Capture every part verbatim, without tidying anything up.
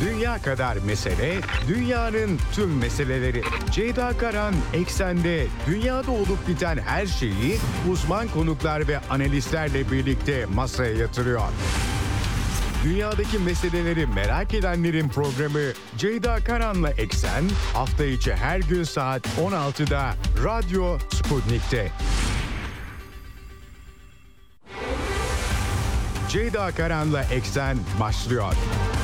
Dünya kadar mesele, dünyanın tüm meseleleri. Ceyda Karan Eksen'de dünyada olup biten her şeyi uzman konuklar ve analistlerle birlikte masaya yatırıyor. Dünyadaki meseleleri merak edenlerin programı Ceyda Karan'la Eksen hafta içi her gün saat on altıda Radyo Sputnik'te. Ceyda Karan'la Eksen başlıyor.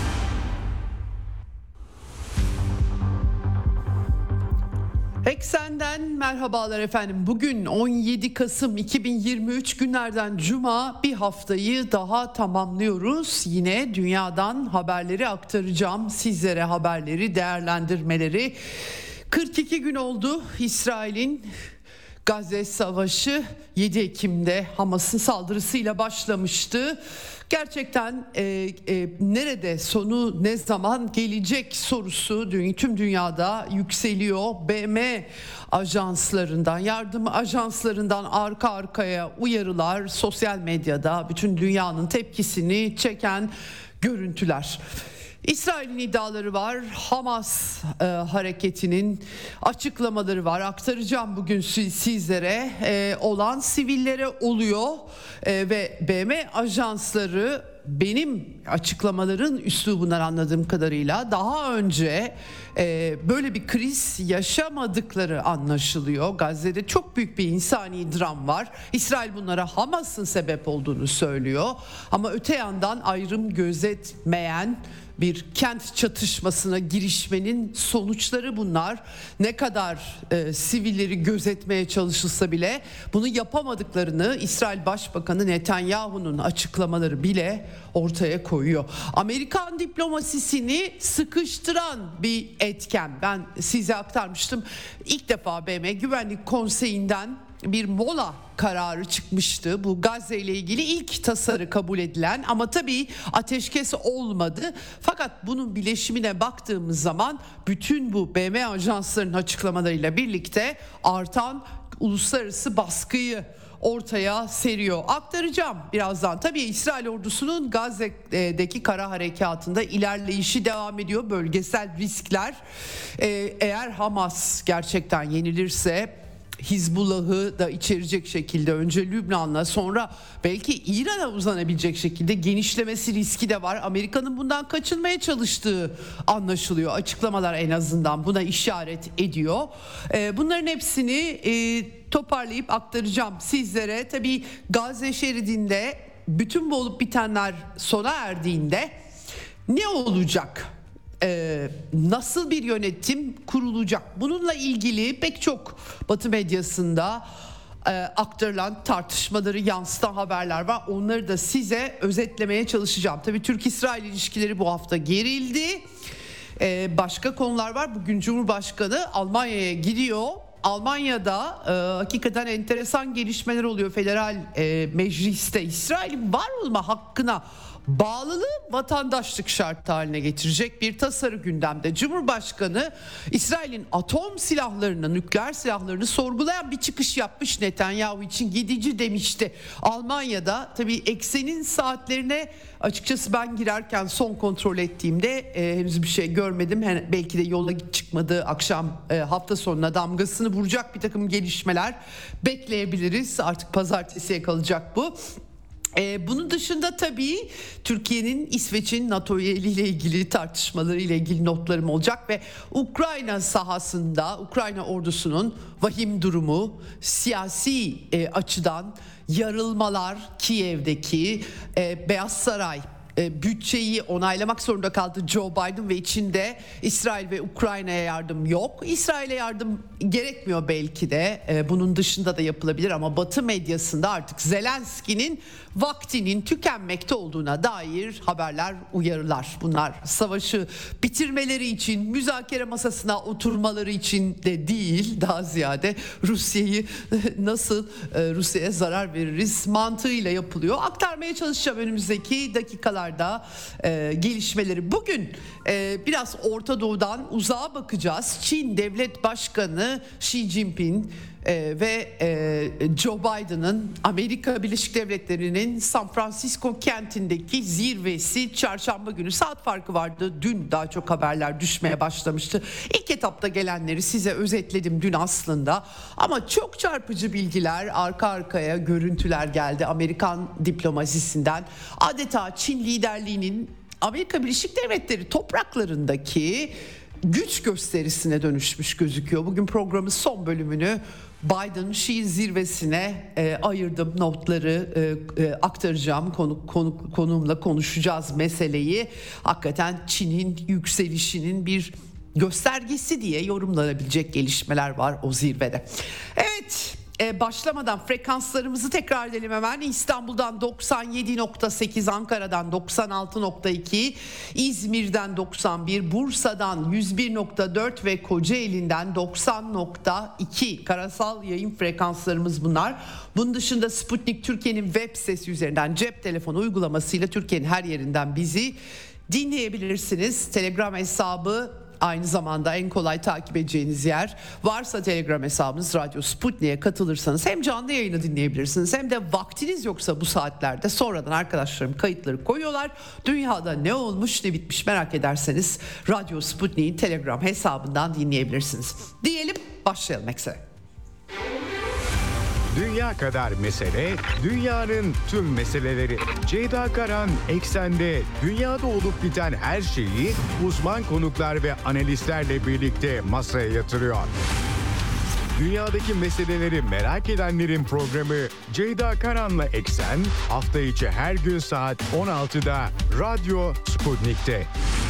Eksen'den merhabalar efendim. Bugün on yedi Kasım iki bin yirmi üç günlerden Cuma, bir haftayı daha tamamlıyoruz. Yine dünyadan haberleri aktaracağım sizlere, haberleri, değerlendirmeleri. kırk iki gün oldu İsrail'in Gazze Savaşı yedi Ekim'de Hamas'ın saldırısıyla başlamıştı. Gerçekten e, e, nerede, sonu ne zaman gelecek sorusu tüm dünyada yükseliyor. B M ajanslarından, yardım ajanslarından arka arkaya uyarılar, sosyal medyada bütün dünyanın tepkisini çeken görüntüler. İsrail'in iddiaları var, Hamas e, hareketinin açıklamaları var. Aktaracağım bugün sizlere. E, olan sivillere oluyor e, ve B M ajansları benim açıklamaların üslubundan anladığım kadarıyla daha önce e, böyle bir kriz yaşamadıkları anlaşılıyor. Gazze'de çok büyük bir insani dram var. İsrail bunlara Hamas'ın sebep olduğunu söylüyor. Ama öte yandan ayrım gözetmeyen bir kent çatışmasına girişmenin sonuçları bunlar. Ne kadar e, sivilleri gözetmeye çalışılsa bile bunu yapamadıklarını İsrail Başbakanı Netanyahu'nun açıklamaları bile ortaya koyuyor. Amerikan diplomasisini sıkıştıran bir etken. Ben size aktarmıştım. İlk defa B M Güvenlik Konseyi'nden bir mola kararı çıkmıştı. Bu Gazze ile ilgili ilk tasarı kabul edilen, ama tabii ateşkes olmadı. Fakat bunun bileşimine baktığımız zaman bütün bu B M ajanslarının açıklamalarıyla birlikte artan uluslararası baskıyı ortaya seriyor. Aktaracağım birazdan. Tabii İsrail ordusunun Gazze'deki kara harekatında ilerleyişi devam ediyor. Bölgesel riskler. Ee, eğer Hamas gerçekten yenilirse Hizbullah'ı da içerecek şekilde önce Lübnan'la, sonra belki İran'a uzanabilecek şekilde genişlemesi riski de var. Amerika'nın bundan kaçınmaya çalıştığı anlaşılıyor. Açıklamalar en azından buna işaret ediyor. Bunların hepsini toparlayıp aktaracağım sizlere. Tabii Gazze şeridinde bütün bu olup bitenler sona erdiğinde ne olacak? Ee, nasıl bir yönetim kurulacak? Bununla ilgili pek çok Batı medyasında e, aktarılan, tartışmaları yansıtan haberler var. Onları da size özetlemeye çalışacağım. Tabii Türk-İsrail ilişkileri bu hafta gerildi. Ee, başka konular var. Bugün Cumhurbaşkanı Almanya'ya gidiyor. Almanya'da e, hakikaten enteresan gelişmeler oluyor. Federal e, mecliste İsrail'in var olma hakkına bağlılığı vatandaşlık şartı haline getirecek bir tasarı gündemde. Cumhurbaşkanı İsrail'in atom silahlarını, nükleer silahlarını sorgulayan bir çıkış yapmış. Netanyahu için gidici demişti. Almanya'da tabii eksenin saatlerine açıkçası ben girerken son kontrol ettiğimde e, henüz bir şey görmedim. He, belki de yola çıkmadığı akşam e, hafta sonuna damgasını vuracak bir takım gelişmeler bekleyebiliriz. Artık pazartesiye kalacak bu. Ee, bunun dışında tabii Türkiye'nin İsveç'in NATO üyeliğiyle ilgili tartışmaları ile ilgili notlarım olacak ve Ukrayna sahasında Ukrayna ordusunun vahim durumu, siyasi e, açıdan yarılmalar, Kiev'deki e, Beyaz Saray bütçeyi onaylamak zorunda kaldı Joe Biden ve içinde İsrail ve Ukrayna'ya yardım yok. İsrail'e yardım gerekmiyor belki de. Bunun dışında da yapılabilir ama Batı medyasında artık Zelenski'nin vaktinin tükenmekte olduğuna dair haberler, uyarılar. Bunlar savaşı bitirmeleri için, müzakere masasına oturmaları için de değil, daha ziyade Rusya'yı nasıl Rusya'ya zarar veririz mantığıyla yapılıyor. Aktarmaya çalışacağım önümüzdeki dakikalarda e, gelişmeleri. Bugün e, biraz Orta Doğu'dan uzağa bakacağız. Çin Devlet Başkanı Xi Jinping e, ve e, Joe Biden'ın Amerika Birleşik Devletleri'nin Çin'in San Francisco kentindeki zirvesi çarşamba günü, saat farkı vardı. Dün daha çok haberler düşmeye başlamıştı. İlk etapta gelenleri size özetledim dün aslında. Ama çok çarpıcı bilgiler, arka arkaya görüntüler geldi Amerikan diplomasisinden. Adeta Çin liderliğinin Amerika Birleşik Devletleri topraklarındaki güç gösterisine dönüşmüş gözüküyor. Bugün programın son bölümünü Biden-Xi zirvesine e, ayırdım, notları e, e, aktaracağım. Konu, konu, konuğumla konuşacağız meseleyi. Hakikaten Çin'in yükselişinin bir göstergesi diye yorumlanabilecek gelişmeler var o zirvede. Evet. Ee, başlamadan frekanslarımızı tekrar edelim hemen. İstanbul'dan doksan yedi nokta sekiz, Ankara'dan doksan altı nokta iki, İzmir'den doksan bir, Bursa'dan yüz bir nokta dört ve Kocaeli'nden doksan nokta iki karasal yayın frekanslarımız bunlar. Bunun dışında Sputnik Türkiye'nin web sitesi üzerinden cep telefonu uygulamasıyla Türkiye'nin her yerinden bizi dinleyebilirsiniz. Telegram hesabı aynı zamanda en kolay takip edeceğiniz yer. Varsa Telegram hesabınız, Radyo Sputnik'e katılırsanız hem canlı yayını dinleyebilirsiniz hem de vaktiniz yoksa bu saatlerde sonradan arkadaşlarım kayıtları koyuyorlar. Dünyada ne olmuş ne bitmiş merak ederseniz Radyo Sputnik'in Telegram hesabından dinleyebilirsiniz. Diyelim, başlayalım eksene. Dünya kadar mesele, dünyanın tüm meseleleri. Ceyda Karan Eksen'de dünyada olup biten her şeyi uzman konuklar ve analistlerle birlikte masaya yatırıyor. Dünyadaki meseleleri merak edenlerin programı Ceyda Karan'la Eksen, hafta içi her gün saat on altıda Radyo Sputnik'te.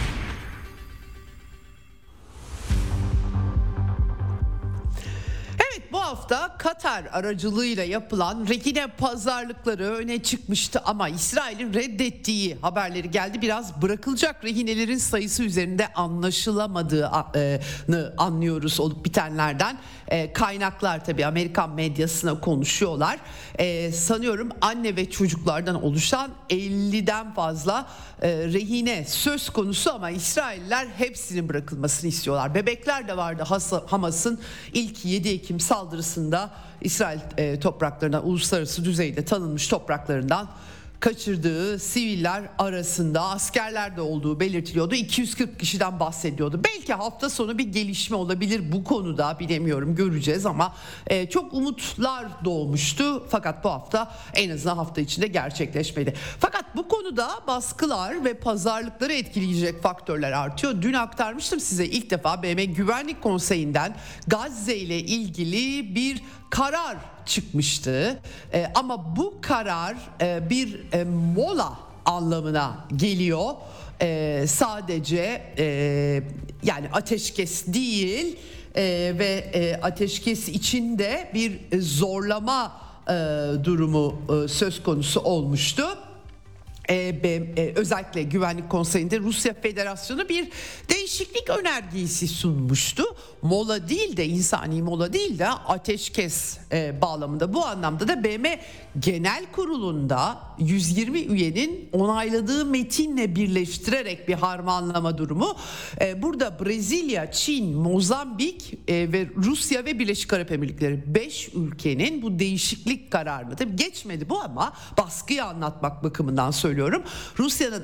Bu hafta Katar aracılığıyla yapılan rehine pazarlıkları öne çıkmıştı ama İsrail'in reddettiği haberleri geldi. Biraz bırakılacak rehinelerin sayısı üzerinde anlaşılamadığını anlıyoruz olup bitenlerden. Kaynaklar tabii Amerikan medyasına konuşuyorlar. Sanıyorum anne ve çocuklardan oluşan elliden fazla rehine söz konusu ama İsrailler hepsinin bırakılmasını istiyorlar. Bebekler de vardı. Hamas'ın ilk yedi Ekim saldırısında İsrail e, topraklarından, uluslararası düzeyde tanınmış topraklarından kaçırdığı siviller arasında askerler de olduğu belirtiliyordu. iki yüz kırk kişiden bahsediyordu. Belki hafta sonu bir gelişme olabilir bu konuda, bilemiyorum, göreceğiz ama e, çok umutlar doğmuştu. Fakat bu hafta, en azından hafta içinde gerçekleşmedi. Fakat bu konuda baskılar ve pazarlıkları etkileyecek faktörler artıyor. Dün aktarmıştım size, ilk defa B M Güvenlik Konseyi'nden Gazze ile ilgili bir karar çıkmıştı. E, ama bu karar e, bir e, mola anlamına geliyor. E, sadece e, yani ateşkes değil e, ve e, ateşkes içinde bir zorlama e, durumu e, söz konusu olmuştu. Ee, e, özellikle Güvenlik Konseyi'nde Rusya Federasyonu bir değişiklik önergesi sunmuştu. Mola değil de, insani mola değil de ateşkes e, bağlamında. Bu anlamda da B M Genel Kurulu'nda yüz yirmi üyenin onayladığı metinle birleştirerek bir harmanlama durumu. E, burada Brezilya, Çin, Mozambik e, ve Rusya ve Birleşik Arap Emirlikleri, beş ülkenin bu değişiklik kararını, tabii geçmedi bu ama baskıyı anlatmak bakımından söylüyorum. Rusya'nın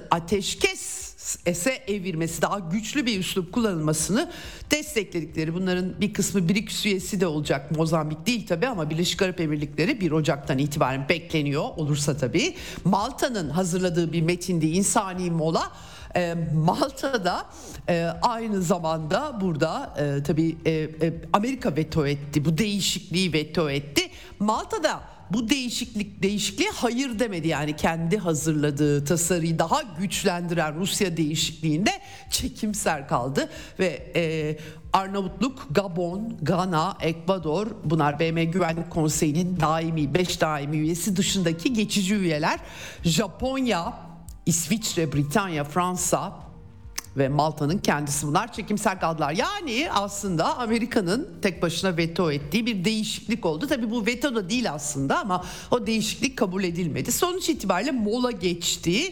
ateşkese evirmesi, daha güçlü bir üslup kullanılmasını destekledikleri, bunların bir kısmı B R I C S üyesi de olacak. Mozambik değil tabii ama Birleşik Arap Emirlikleri bir Ocak'tan itibaren bekleniyor, olursa tabii. Malta'nın hazırladığı bir metindi insani mola. E, Malta'da e, aynı zamanda burada e, tabii e, e, Amerika veto etti, bu değişikliği veto etti. Malta'da bu değişiklik değişikliğe hayır demedi, yani kendi hazırladığı tasarıyı daha güçlendiren Rusya değişikliğinde çekimser kaldı ve e, Arnavutluk, Gabon, Gana, Ekvador, bunlar B M Güvenlik Konseyi'nin daimi beş daimi üyesi dışındaki geçici üyeler. Japonya, İsviçre, Britanya, Fransa ve Malta'nın kendisi, bunlar çekimser kaldılar. Yani aslında Amerika'nın tek başına veto ettiği bir değişiklik oldu. Tabii bu veto da değil aslında ama o değişiklik kabul edilmedi. Sonuç itibariyle mola geçti.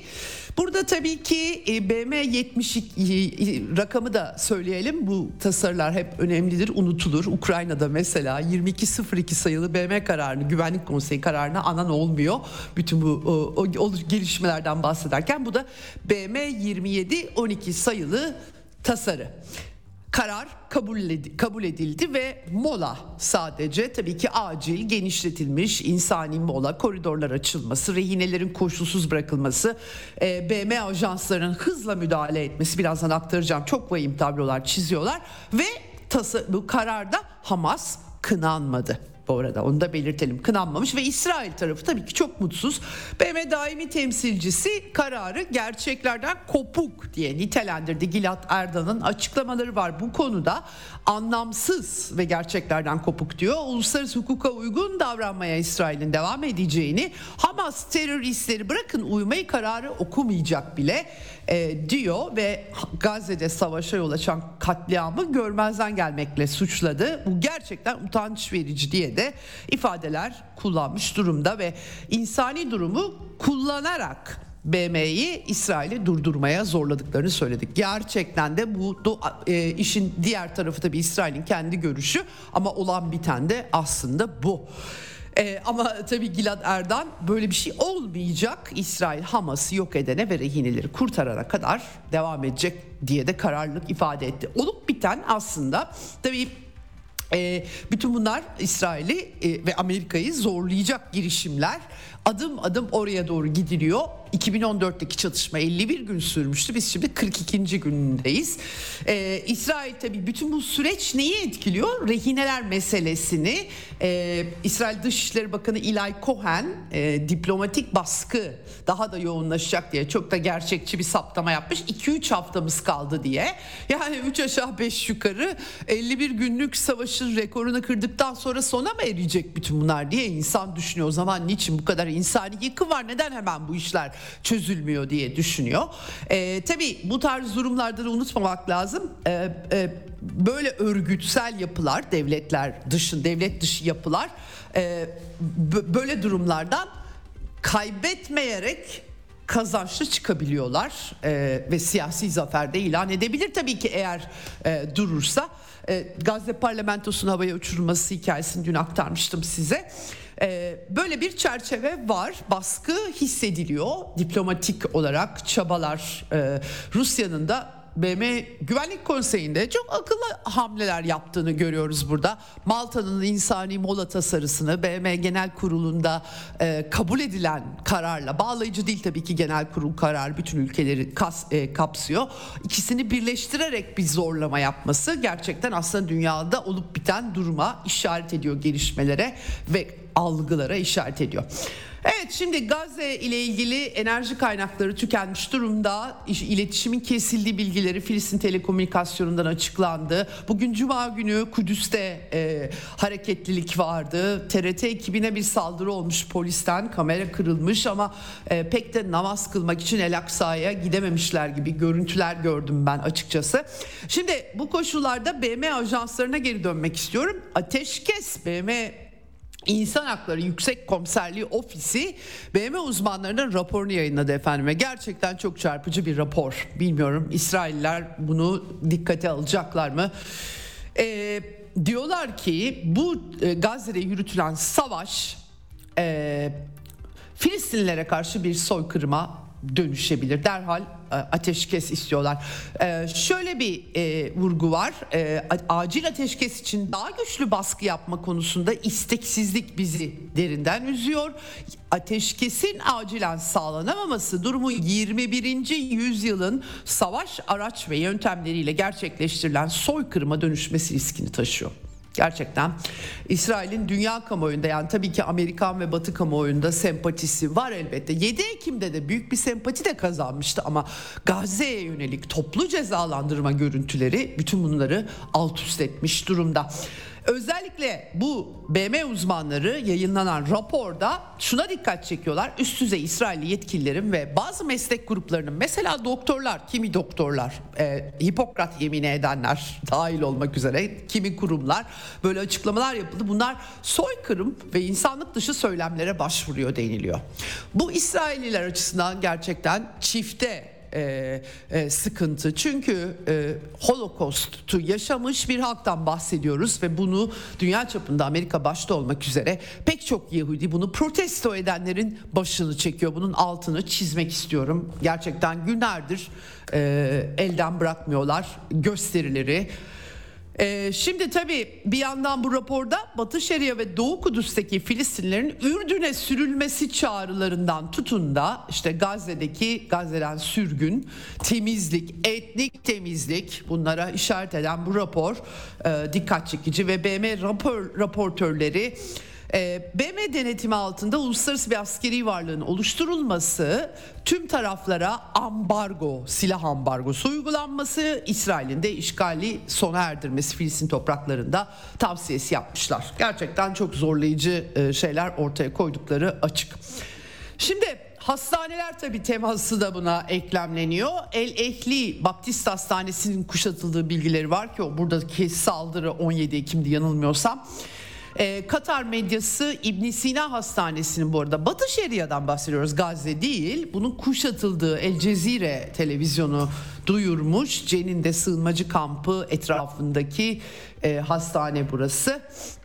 Burada tabii ki B M yetmiş iki rakamı da söyleyelim. Bu tasarılar hep önemlidir, unutulur. Ukrayna'da mesela yirmi iki sıfır iki sayılı B M kararını, Güvenlik Konseyi kararına anan olmuyor. Bütün bu o, o gelişmelerden bahsederken bu da B M yirmi yedi on iki sayılı tasarı. Karar kabul edildi, kabul edildi ve mola sadece tabii ki acil genişletilmiş insani mola, koridorlar açılması, rehinelerin koşulsuz bırakılması, e, B M ajanslarının hızla müdahale etmesi, birazdan aktaracağım, çok vahim tablolar çiziyorlar ve tası, bu kararda Hamas kınanmadı. Bu arada onu da belirtelim, kınanmamış ve İsrail tarafı tabii ki çok mutsuz. B M daimi temsilcisi kararı gerçeklerden kopuk diye nitelendirdi. Gilad Erdan'ın açıklamaları var bu konuda, anlamsız ve gerçeklerden kopuk diyor. Uluslararası hukuka uygun davranmaya İsrail'in devam edeceğini, Hamas teröristleri bırakın uymayı, kararı okumayacak bile e, diyor ve Gazze'de savaşa yol açan katliamı görmezden gelmekle suçladı. Bu gerçekten utanç verici diye de ifadeler kullanmış durumda ve insani durumu kullanarak B M'yi İsrail'i durdurmaya zorladıklarını söyledik. Gerçekten de bu e, işin diğer tarafı tabii İsrail'in kendi görüşü ama olan biten de aslında bu. Ee, ama tabii Gilad Erdan böyle bir şey olmayacak, İsrail Hamas'ı yok edene ve rehineleri kurtarana kadar devam edecek diye de kararlılık ifade etti. Olup biten aslında tabii e, bütün bunlar İsrail'i e, ve Amerika'yı zorlayacak girişimler, adım adım oraya doğru gidiliyor. iki bin on dörtteki çatışma elli bir gün sürmüştü. Biz şimdi kırk ikinci günündeyiz. Ee, İsrail tabii bütün bu süreç neyi etkiliyor? Rehineler meselesini. Ee, İsrail Dışişleri Bakanı Eli Cohen e, diplomatik baskı daha da yoğunlaşacak diye çok da gerçekçi bir saptama yapmış. iki üç haftamız kaldı diye. Yani üç aşağı beş yukarı elli bir günlük savaşın rekorunu kırdıktan sonra sona mı eriyecek bütün bunlar diye insan düşünüyor. O zaman niçin bu kadar insani yıkım var? Neden hemen bu işler çözülmüyor diye düşünüyor. Ee, tabii bu tarz durumlarda da unutmamak lazım. Ee, e, böyle örgütsel yapılar, devletler dışı, devlet dışı yapılar e, b- böyle durumlardan kaybetmeyerek kazançlı çıkabiliyorlar e, ve siyasi zafer de ilan edebilir tabii ki eğer e, durursa. E, Gazze parlamentosunun havaya uçurulması hikayesini dün aktarmıştım size. Böyle bir çerçeve var, baskı hissediliyor, diplomatik olarak çabalar, Rusya'nın da B M Güvenlik Konseyi'nde çok akıllı hamleler yaptığını görüyoruz burada. Malta'nın insani mola tasarısını B M Genel Kurulu'nda e, kabul edilen kararla, bağlayıcı değil tabii ki genel kurul kararı, bütün ülkeleri kas, e, kapsıyor. İkisini birleştirerek bir zorlama yapması gerçekten aslında dünyada olup biten duruma işaret ediyor, gelişmelere ve algılara işaret ediyor. Evet, şimdi Gazze ile ilgili enerji kaynakları tükenmiş durumda. İletişimin kesildiği bilgileri Filistin Telekomünikasyonundan açıklandı. Bugün Cuma günü Kudüs'te e, hareketlilik vardı. T R T ekibine bir saldırı olmuş, polisten kamera kırılmış ama e, pek de namaz kılmak için El Aksa'ya gidememişler gibi görüntüler gördüm ben açıkçası. Şimdi bu koşullarda B M ajanslarına geri dönmek istiyorum. Ateşkes B M İnsan Hakları Yüksek Komiserliği Ofisi B M uzmanlarının raporunu yayınladı efendim ve gerçekten çok çarpıcı bir rapor. Bilmiyorum İsrailler bunu dikkate alacaklar mı? Ee, diyorlar ki bu e, Gazze'de yürütülen savaş e, Filistinlilere karşı bir soykırıma dönüşebilir. Derhal e, ateşkes istiyorlar. E, şöyle bir e, vurgu var. E, acil ateşkes için daha güçlü baskı yapma konusunda isteksizlik bizi derinden üzüyor. Ateşkesin acilen sağlanamaması durumu yirmi birinci yüzyılın savaş araç ve yöntemleriyle gerçekleştirilen soykırıma dönüşmesi riskini taşıyor. Gerçekten İsrail'in dünya kamuoyunda, yani tabii ki Amerikan ve Batı kamuoyunda sempatisi var elbette. yedi Ekim'de de büyük bir sempati de kazanmıştı ama Gazze'ye yönelik toplu cezalandırma görüntüleri bütün bunları alt üst etmiş durumda. Özellikle bu B M uzmanları yayınlanan raporda şuna dikkat çekiyorlar. Üst düzey İsrailli yetkililerin ve bazı meslek gruplarının, mesela doktorlar, kimi doktorlar, e, Hipokrat yemini edenler dahil olmak üzere kimi kurumlar böyle açıklamalar yapıldı. Bunlar soykırım ve insanlık dışı söylemlere başvuruyor deniliyor. Bu İsrailliler açısından gerçekten çifte E, e, sıkıntı. Çünkü e, Holocaust'u yaşamış bir halktan bahsediyoruz ve bunu dünya çapında, Amerika başta olmak üzere pek çok Yahudi bunu protesto edenlerin başını çekiyor. Bunun altını çizmek istiyorum. Gerçekten günlerdir e, elden bırakmıyorlar gösterileri. Ee, şimdi tabii bir yandan bu raporda Batı Şeria ve Doğu Kudüs'teki Filistinlerin Ürdün'e sürülmesi çağrılarından tutun da işte Gazze'deki Gazze'den sürgün, temizlik, etnik temizlik, bunlara işaret eden bu rapor e, dikkat çekici ve B M rapor, raportörleri E, B M denetimi altında uluslararası bir askeri varlığın oluşturulması, tüm taraflara ambargo, silah ambargosu uygulanması, İsrail'in de işgali sona erdirmesi Filistin topraklarında tavsiyesi yapmışlar. Gerçekten çok zorlayıcı e, şeyler ortaya koydukları açık. Şimdi hastaneler tabii teması da buna eklemleniyor. El Ehli Baptist Hastanesi'nin kuşatıldığı bilgileri var ki o buradaki saldırı on yedi Ekim'di yanılmıyorsam. Ee, Katar medyası İbn Sina Hastanesi'nin, bu arada Batı Şeria'dan bahsediyoruz, Gazze değil, bunun kuşatıldığı El Cezire televizyonu duyurmuş. Cenin'de sığınmacı kampı etrafındaki e, hastane burası.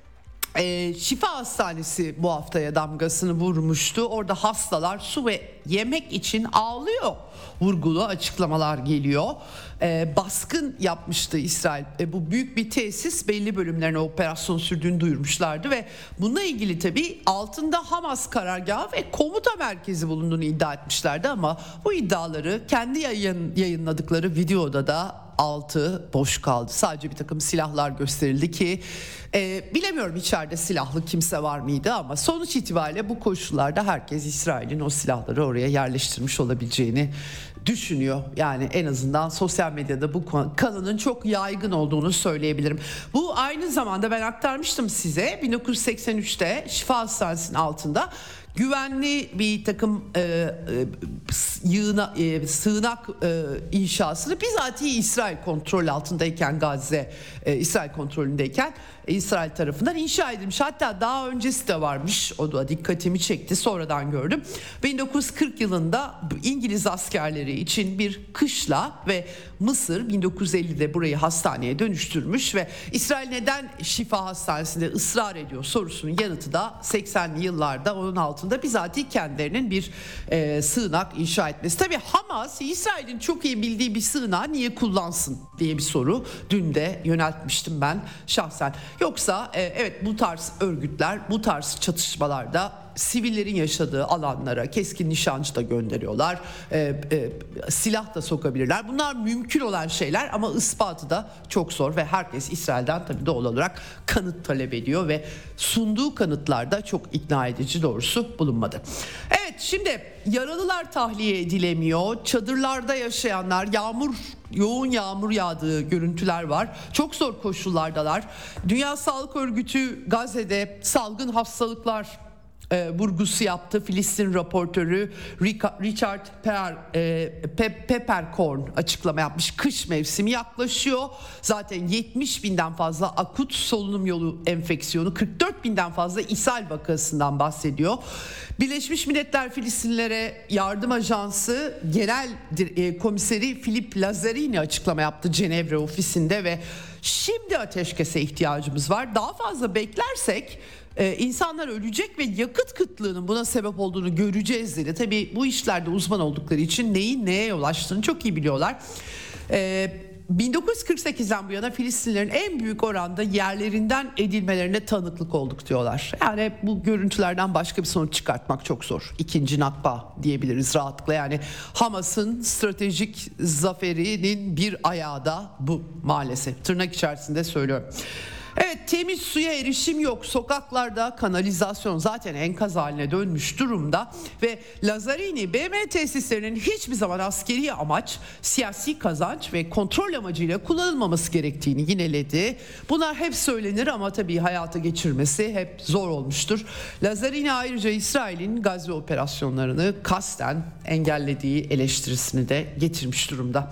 E, Şifa Hastanesi bu haftaya damgasını vurmuştu. Orada hastalar su ve yemek için ağlıyor vurgulu açıklamalar geliyor. E, baskın yapmıştı İsrail. E, bu büyük bir tesis, belli bölümlerine operasyon sürdüğünü duyurmuşlardı ve bununla ilgili tabii altında Hamas karargahı ve komuta merkezi bulunduğunu iddia etmişlerdi ama bu iddiaları kendi yayın, yayınladıkları videoda da altı boş kaldı. Sadece bir takım silahlar gösterildi ki e, bilemiyorum içeride silahlı kimse var mıydı ama sonuç itibariyle bu koşullarda herkes İsrail'in o silahları oraya yerleştirmiş olabileceğini düşünüyor. Yani en azından sosyal medyada bu kanının çok yaygın olduğunu söyleyebilirim. Bu aynı zamanda ben aktarmıştım size, bin dokuz yüz seksen üçte Şifa Hastanesi'nin altında güvenli bir takım e, e, yığına, e, sığınak e, inşasını bizatihi İsrail kontrol altındayken, Gazze e, İsrail kontrolündeyken e, İsrail tarafından inşa edilmiş. Hatta daha öncesi de varmış, o da dikkatimi çekti, sonradan gördüm. bin dokuz yüz kırk yılında İngiliz askerleri için bir kışla ve Mısır bin dokuz yüz ellide burayı hastaneye dönüştürmüş ve İsrail neden Şifa Hastanesi'nde ısrar ediyor sorusunun yanıtı da seksenli yıllarda onun altında bizatihi kendilerinin bir e, sığınak inşa etmesi. Tabii Hamas, İsrail'in çok iyi bildiği bir sığınağı niye kullansın diye bir soru dün de yöneltmiştim ben şahsen. Yoksa e, evet, bu tarz örgütler bu tarz çatışmalarda sivillerin yaşadığı alanlara keskin nişancı da gönderiyorlar, e, e, silah da sokabilirler. Bunlar mümkün olan şeyler ama ispatı da çok zor ve herkes İsrail'den tabii doğal olarak kanıt talep ediyor ve sunduğu kanıtlarda çok ikna edici doğrusu bulunmadı. Evet, şimdi yaralılar tahliye edilemiyor. Çadırlarda yaşayanlar, yağmur yoğun yağmur yağdığı görüntüler var. Çok zor koşullardalar. Dünya Sağlık Örgütü Gazze'de salgın hastalıklar E, vurgusu yaptı. Filistin raportörü Richard Per, e, Pe, Peppercorn açıklama yapmış. Kış mevsimi yaklaşıyor. Zaten yetmiş binden fazla akut solunum yolu enfeksiyonu, kırk dört binden fazla ishal vakasından bahsediyor. Birleşmiş Milletler Filistinlilere Yardım Ajansı Genel e, Komiseri Philip Lazzarini açıklama yaptı Cenevre ofisinde ve şimdi ateşkese ihtiyacımız var. Daha fazla beklersek Ee, insanlar ölecek ve yakıt kıtlığının buna sebep olduğunu göreceğiz dedi. Tabii bu işlerde uzman oldukları için neyin neye yol açtığını çok iyi biliyorlar. Ee, bin dokuz yüz kırk sekizden bu yana Filistinlilerin en büyük oranda yerlerinden edilmelerine tanıklık olduk diyorlar. Yani bu görüntülerden başka bir sonuç çıkartmak çok zor. İkinci Nakba diyebiliriz rahatlıkla. Yani Hamas'ın stratejik zaferinin bir ayağı da bu maalesef. Tırnak içerisinde söylüyorum. Evet, temiz suya erişim yok. Sokaklarda kanalizasyon zaten enkaz haline dönmüş durumda ve Lazzarini B M tesislerinin hiçbir zaman askeri amaç, siyasi kazanç ve kontrol amacıyla kullanılmaması gerektiğini yineledi. Bunlar hep söylenir ama tabii hayata geçirmesi hep zor olmuştur. Lazzarini ayrıca İsrail'in Gazze operasyonlarını kasten engellediği eleştirisini de getirmiş durumda.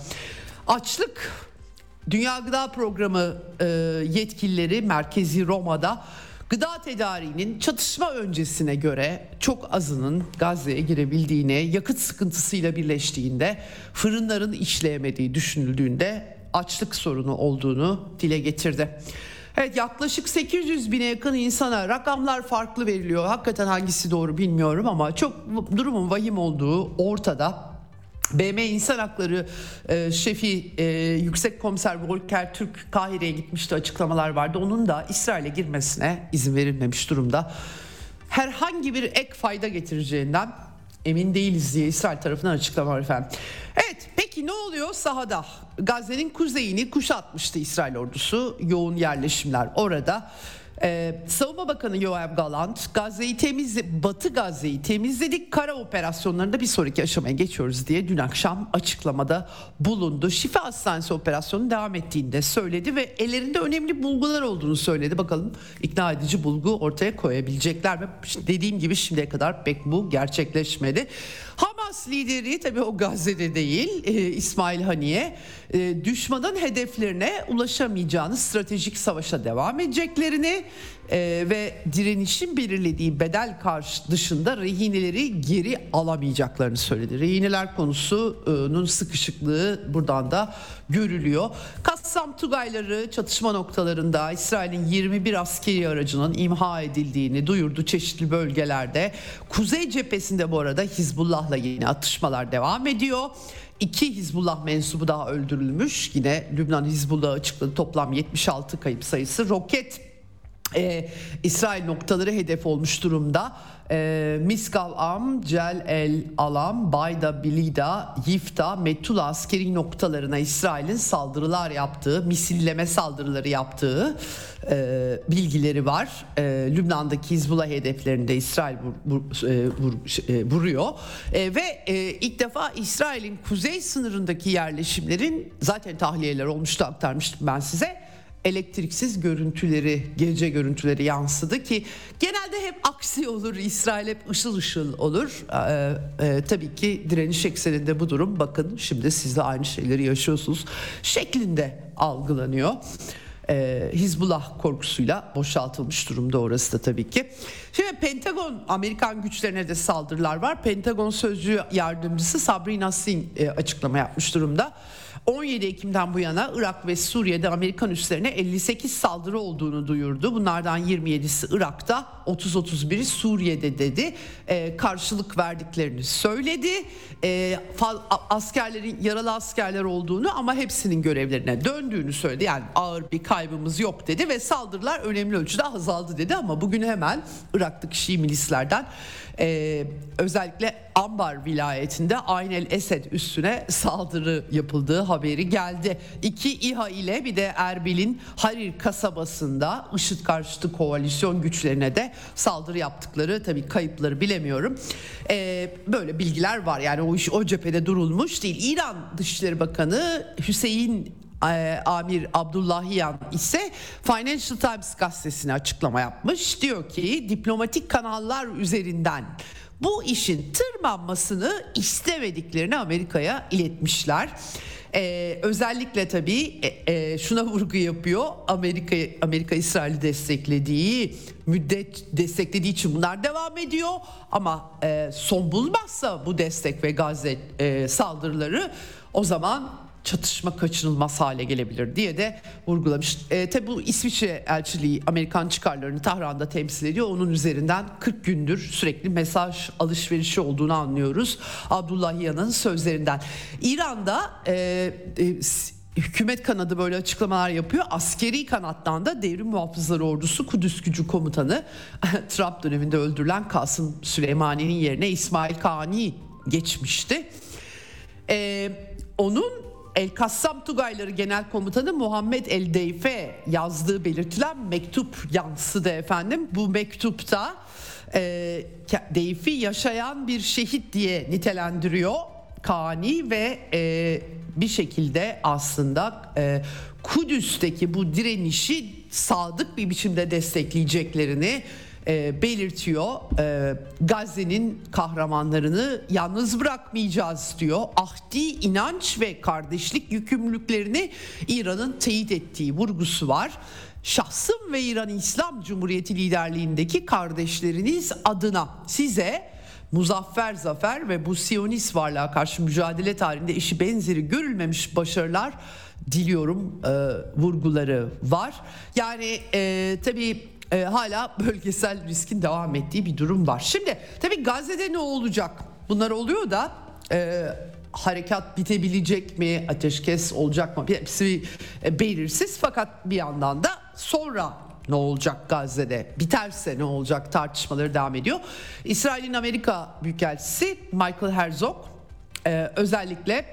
Açlık, Dünya Gıda Programı e, yetkilileri Merkezi Roma'da gıda tedariğinin çatışma öncesine göre çok azının Gazze'ye girebildiğine, yakıt sıkıntısıyla birleştiğinde, fırınların işleyemediği düşünüldüğünde açlık sorunu olduğunu dile getirdi. Evet, yaklaşık sekiz yüz bine yakın insana, rakamlar farklı veriliyor. Hakikaten hangisi doğru bilmiyorum ama çok durumun vahim olduğu ortada. B M İnsan Hakları e, Şefi e, Yüksek Komiser Volker Türk Kahire'ye gitmişti, açıklamalar vardı. Onun da İsrail'e girmesine izin verilmemiş durumda. Herhangi bir ek fayda getireceğinden emin değiliz diye İsrail tarafından açıklama var efendim. Evet, peki ne oluyor sahada? Gazze'nin kuzeyini kuşatmıştı İsrail ordusu. Yoğun yerleşimler orada. Ee, Savunma Bakanı Yoav Gallant, Gazze'yi temizle, Batı Gazze'yi temizledik, kara operasyonlarında bir sonraki aşamaya geçiyoruz diye dün akşam açıklamada bulundu. Şifa Hastanesi operasyonu devam ettiğini de söyledi ve ellerinde önemli bulgular olduğunu söyledi. Bakalım ikna edici bulgu ortaya koyabilecekler mi? Dediğim gibi şimdiye kadar pek bu gerçekleşmedi. Hamas lideri, tabii o Gazze'de değil, e, İsmail Haniye, e, düşmanın hedeflerine ulaşamayacağını, stratejik savaşa devam edeceklerini e, ve direnişin belirlediği bedel karşı dışında rehineleri geri alamayacaklarını söyledi. Rehineler konusunun sıkışıklığı buradan da görülüyor. Kassam Tugayları çatışma noktalarında İsrail'in yirmi bir askeri aracının imha edildiğini duyurdu çeşitli bölgelerde. Kuzey cephesinde bu arada Hizbullah'la yeni atışmalar devam ediyor. İki Hizbullah mensubu daha öldürülmüş. Yine Lübnan Hizbullah açıkladı, toplam yetmiş altı kayıp sayısı. Roket Ee, İsrail noktaları hedef olmuş durumda. Ee, Miskav Am, Cel El Alam, Bayda, Bilida, Yifta, Metula askeri noktalarına İsrail'in saldırılar yaptığı, misilleme saldırıları yaptığı e, bilgileri var. E, Lübnan'daki Hizbullah hedeflerinde İsrail vur, vur, e, vur, e, vuruyor. E, ve e, ilk defa İsrail'in kuzey sınırındaki yerleşimlerin, zaten tahliyeler olmuştu, aktarmıştım ben size, elektriksiz görüntüleri, gece görüntüleri yansıdı ki genelde hep aksi olur. İsrail hep ışıl ışıl olur. Ee, e, tabii ki direniş ekseninde bu durum, bakın şimdi siz de aynı şeyleri yaşıyorsunuz şeklinde algılanıyor. Ee, Hizbullah korkusuyla boşaltılmış durumda orası da tabii ki. Şimdi Pentagon, Amerikan güçlerine de saldırılar var. Pentagon sözcü yardımcısı Sabrina Singh e, açıklama yapmış durumda. on yedi Ekim'den bu yana Irak ve Suriye'de Amerikan üslerine elli sekiz saldırı olduğunu duyurdu. Bunlardan yirmi yedisi Irak'ta, otuz otuz biri Suriye'de dedi. Ee, karşılık verdiklerini söyledi. Ee, askerlerin, yaralı askerler olduğunu ama hepsinin görevlerine döndüğünü söyledi. Yani ağır bir kaybımız yok dedi ve saldırılar önemli ölçüde azaldı dedi. Ama bugün hemen Irak'taki Şii milislerden e, özellikle Ambar vilayetinde Ayn el Esed üssüne saldırı yapıldığı haberi geldi. İki İHA ile bir de Erbil'in Harir kasabasında IŞİD karşıtı koalisyon güçlerine de saldırı yaptıkları, tabii kayıpları bilemiyorum. Ee, böyle bilgiler var, yani o iş o cephede durulmuş değil. İran Dışişleri Bakanı Hüseyin e, Amir Abdullahiyan ise Financial Times gazetesine açıklama yapmış. Diyor ki diplomatik kanallar üzerinden bu işin tırmanmasını istemediklerini Amerika'ya iletmişler. Ee, özellikle tabii e, e, şuna vurgu yapıyor. Amerika Amerika İsrail'i desteklediği müddet desteklediği için bunlar devam ediyor. Ama e, son bulmazsa bu destek ve Gazze e, saldırıları, o zaman çatışma kaçınılmaz hale gelebilir diye de vurgulamış. E, tabi bu İsviçre elçiliği Amerikan çıkarlarını Tahran'da temsil ediyor. Onun üzerinden kırk gündür sürekli mesaj alışverişi olduğunu anlıyoruz Abdullahiyan'ın sözlerinden. İran'da e, e, hükümet kanadı böyle açıklamalar yapıyor. Askeri kanattan da Devrim Muhafızları Ordusu Kudüs Gücü Komutanı Trump döneminde öldürülen Kasım Süleymani'nin yerine İsmail Kani geçmişti. E, onun El Kassam Tugayları Genel Komutanı Muhammed El Deyfe yazdığı belirtilen mektup yansıdı efendim. Bu mektupta e, Deyfi yaşayan bir şehit diye nitelendiriyor Kani ve e, bir şekilde aslında e, Kudüs'teki bu direnişi sadık bir biçimde destekleyeceklerini e, belirtiyor. E, Gazze'nin kahramanlarını yalnız bırakmayacağız diyor. Ahdi inanç ve kardeşlik yükümlülüklerini İran'ın teyit ettiği vurgusu var. Şahsım ve İran İslam Cumhuriyeti liderliğindeki kardeşleriniz adına size muzaffer zafer ve bu Siyonist varlığa karşı mücadele tarihinde eşi benzeri görülmemiş başarılar diliyorum e, vurguları var. Yani e, tabii e, hala bölgesel riskin devam ettiği bir durum var. Şimdi tabii Gazze'de ne olacak? Bunlar oluyor da e, harekat bitebilecek mi? Ateşkes olacak mı? Hepsi e, belirsiz, fakat bir yandan da sonra ne olacak Gazze'de? Biterse ne olacak tartışmaları devam ediyor. İsrail'in Amerika Büyükelçisi Michael Herzog e, özellikle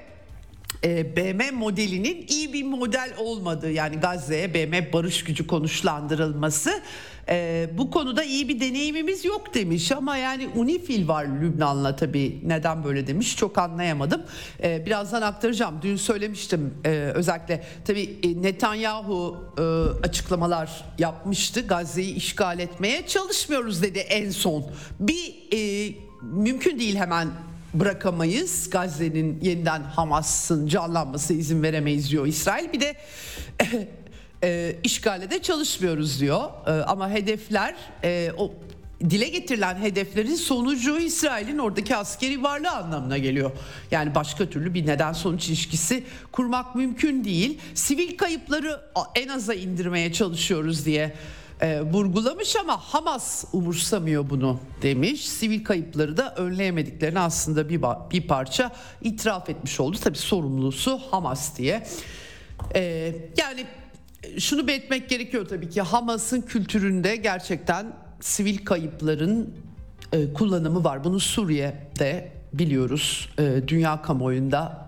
e, B M modelinin iyi bir model olmadığı, yani Gazze'ye B M barış gücü konuşlandırılması, e, bu konuda iyi bir deneyimimiz yok demiş. Ama yani UNIFIL var Lübnan'la, tabii neden böyle demiş çok anlayamadım. E, birazdan aktaracağım. Dün söylemiştim e, özellikle tabii e, Netanyahu e, açıklamalar yapmıştı. Gazze'yi işgal etmeye çalışmıyoruz dedi en son. Bir e, mümkün değil, hemen bırakamayız. Gazze'nin yeniden Hamas'ın canlanması izin veremeyiz diyor İsrail. Bir de e, e, işgale de çalışmıyoruz diyor. E, ama hedefler e, o dile getirilen hedeflerin sonucu İsrail'in oradaki askeri varlığı anlamına geliyor. Yani başka türlü bir neden sonuç ilişkisi kurmak mümkün değil. Sivil kayıpları en aza indirmeye çalışıyoruz diye E, vurgulamış ama Hamas umursamıyor bunu demiş. Sivil kayıpları da önleyemediklerini aslında bir, bir parça itiraf etmiş oldu. Tabii sorumlusu Hamas diye. E, yani şunu belirtmek gerekiyor tabii ki, Hamas'ın kültüründe gerçekten sivil kayıpların e, kullanımı var. Bunu Suriye'de biliyoruz. E, dünya kamuoyunda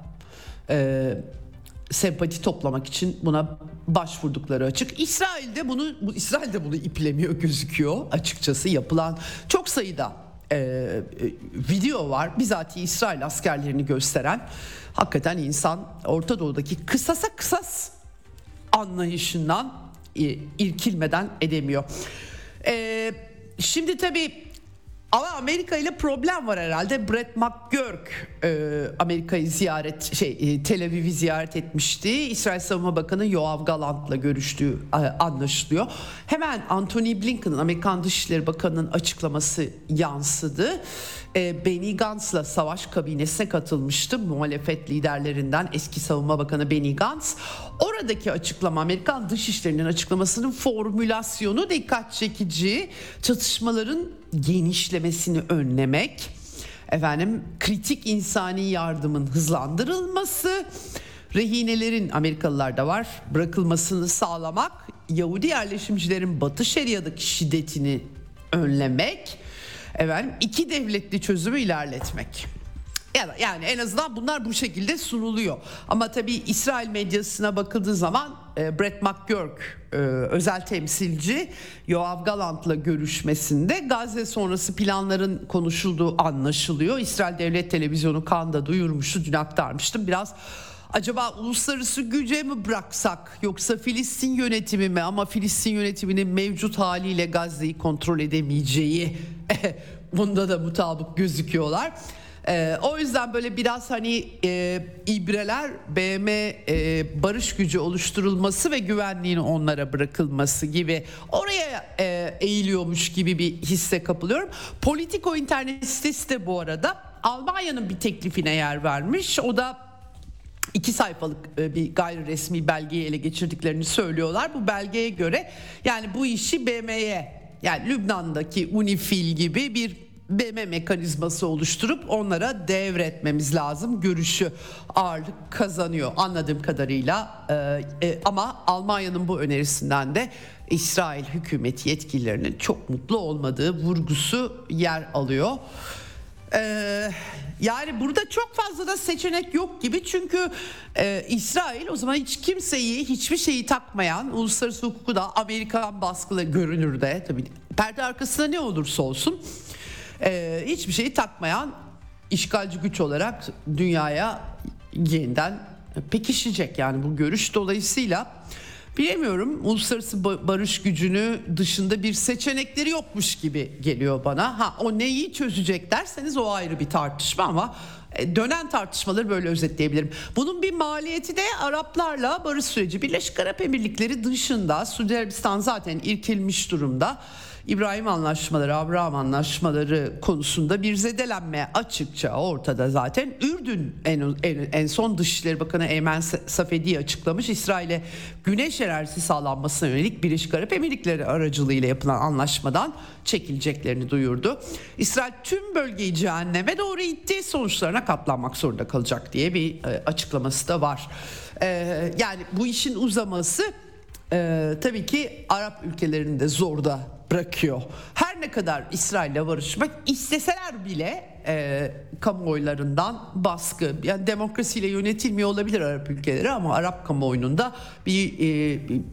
e, sempati toplamak için buna başvurdukları açık. İsrail'de bunu bu İsrail'de bunu iplemiyor gözüküyor açıkçası. Yapılan çok sayıda e, e, video var. Bizatihi İsrail askerlerini gösteren. Hakikaten insan Orta Doğu'daki kısasa kısas anlayışından e, irkilmeden edemiyor. E, şimdi tabii ama Amerika ile problem var herhalde. Brett McGurk e, Amerika'yı ziyaret şey e, Tel Aviv'i ziyaret etmişti. İsrail Savunma Bakanı Yoav Gallant'la görüştüğü e, anlaşılıyor. Hemen Antony Blinken'ın, Amerikan Dışişleri Bakanı'nın açıklaması yansıdı. E, Benny Gantz'la savaş kabinesine katılmıştı. Muhalefet liderlerinden eski Savunma Bakanı Benny Gantz. Oradaki açıklama, Amerikan Dışişleri'nin açıklamasının formülasyonu dikkat çekici. Çatışmaların genişlemesini önlemek, efendim kritik insani yardımın hızlandırılması, rehinelerin, Amerikalılar da var, bırakılmasını sağlamak, Yahudi yerleşimcilerin Batı Şeria'daki şiddetini önlemek, efendim iki devletli çözümü ilerletmek. Yani en azından bunlar bu şekilde sunuluyor. Ama tabii İsrail medyasına bakıldığı zaman e, Brett McGurk e, özel temsilci Yoav Gallant'la görüşmesinde Gazze sonrası planların konuşulduğu anlaşılıyor. İsrail Devlet Televizyonu Kan'da duyurmuştu, dün aktarmıştım. Biraz acaba uluslararası güce mi bıraksak, yoksa Filistin yönetimi mi? Ama Filistin yönetiminin mevcut haliyle Gazze'yi kontrol edemeyeceği bunda da mutabık gözüküyorlar. Ee, o yüzden böyle biraz hani e, ibreler B M e, barış gücü oluşturulması ve güvenliğin onlara bırakılması gibi oraya e, eğiliyormuş gibi bir hisse kapılıyorum. Politico internet sitesi de bu arada Almanya'nın bir teklifine yer vermiş. O da iki sayfalık bir gayri resmi belgeyi ele geçirdiklerini söylüyorlar. Bu belgeye göre yani bu işi B M'ye, yani Lübnan'daki UNIFIL gibi bir B M mekanizması oluşturup onlara devretmemiz lazım görüşü ağırlık kazanıyor anladığım kadarıyla. Ee, e, ama Almanya'nın bu önerisinden de İsrail hükümeti yetkililerinin çok mutlu olmadığı vurgusu yer alıyor. Ee, yani burada çok fazla da seçenek yok gibi, çünkü e, İsrail o zaman hiç kimseyi, hiçbir şeyi takmayan, uluslararası hukuku da Amerikan baskılı görünürde, tabii perde arkasında ne olursa olsun e, hiçbir şeyi takmayan işgalci güç olarak dünyaya yeniden pekişecek yani bu görüş. Dolayısıyla bilemiyorum, uluslararası barış gücünü dışında bir seçenekleri yokmuş gibi geliyor bana. Ha, o neyi çözecek derseniz o ayrı bir tartışma, ama dönen tartışmaları böyle özetleyebilirim. Bunun bir maliyeti de Araplarla barış süreci. Birleşik Arap Emirlikleri dışında Suudi Arabistan zaten irkilmiş durumda. İbrahim anlaşmaları, Abraham anlaşmaları konusunda bir zedelenme açıkça ortada zaten. Ürdün en, en, en son Dışişleri Bakanı Eymen Safedi açıklamış. İsrail'e güneş enerjisi sağlanmasına yönelik Birleşik Arap Emirlikleri aracılığıyla yapılan anlaşmadan çekileceklerini duyurdu. İsrail tüm bölgeyi cehenneme doğru itti, sonuçlarına katlanmak zorunda kalacak diye bir e, açıklaması da var. E, yani bu işin uzaması e, tabii ki Arap ülkelerini de zorda bırakıyor. Her ne kadar İsrail'le barışmak isteseler bile e, kamuoylarından baskı, yani demokrasiyle yönetilmiyor olabilir Arap ülkeleri, ama Arap kamuoyunun da bir, e, bir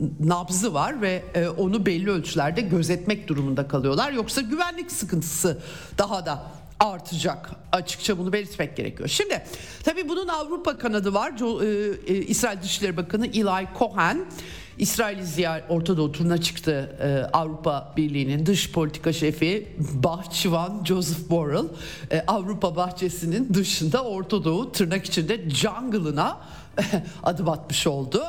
nabzı var ve e, onu belli ölçülerde gözetmek durumunda kalıyorlar. Yoksa güvenlik sıkıntısı daha da artacak. Açıkça bunu belirtmek gerekiyor. Şimdi tabii bunun Avrupa kanadı var. Co- e, e, İsrail Dışişleri Bakanı Eli Cohen İsrail'i ziyaret, Orta Doğu turuna çıktı. Ee, Avrupa Birliği'nin dış politika şefi bahçıvan Joseph Borrell e, Avrupa bahçesinin dışında Orta Doğu tırnak içinde jungle'ına adım atmış oldu.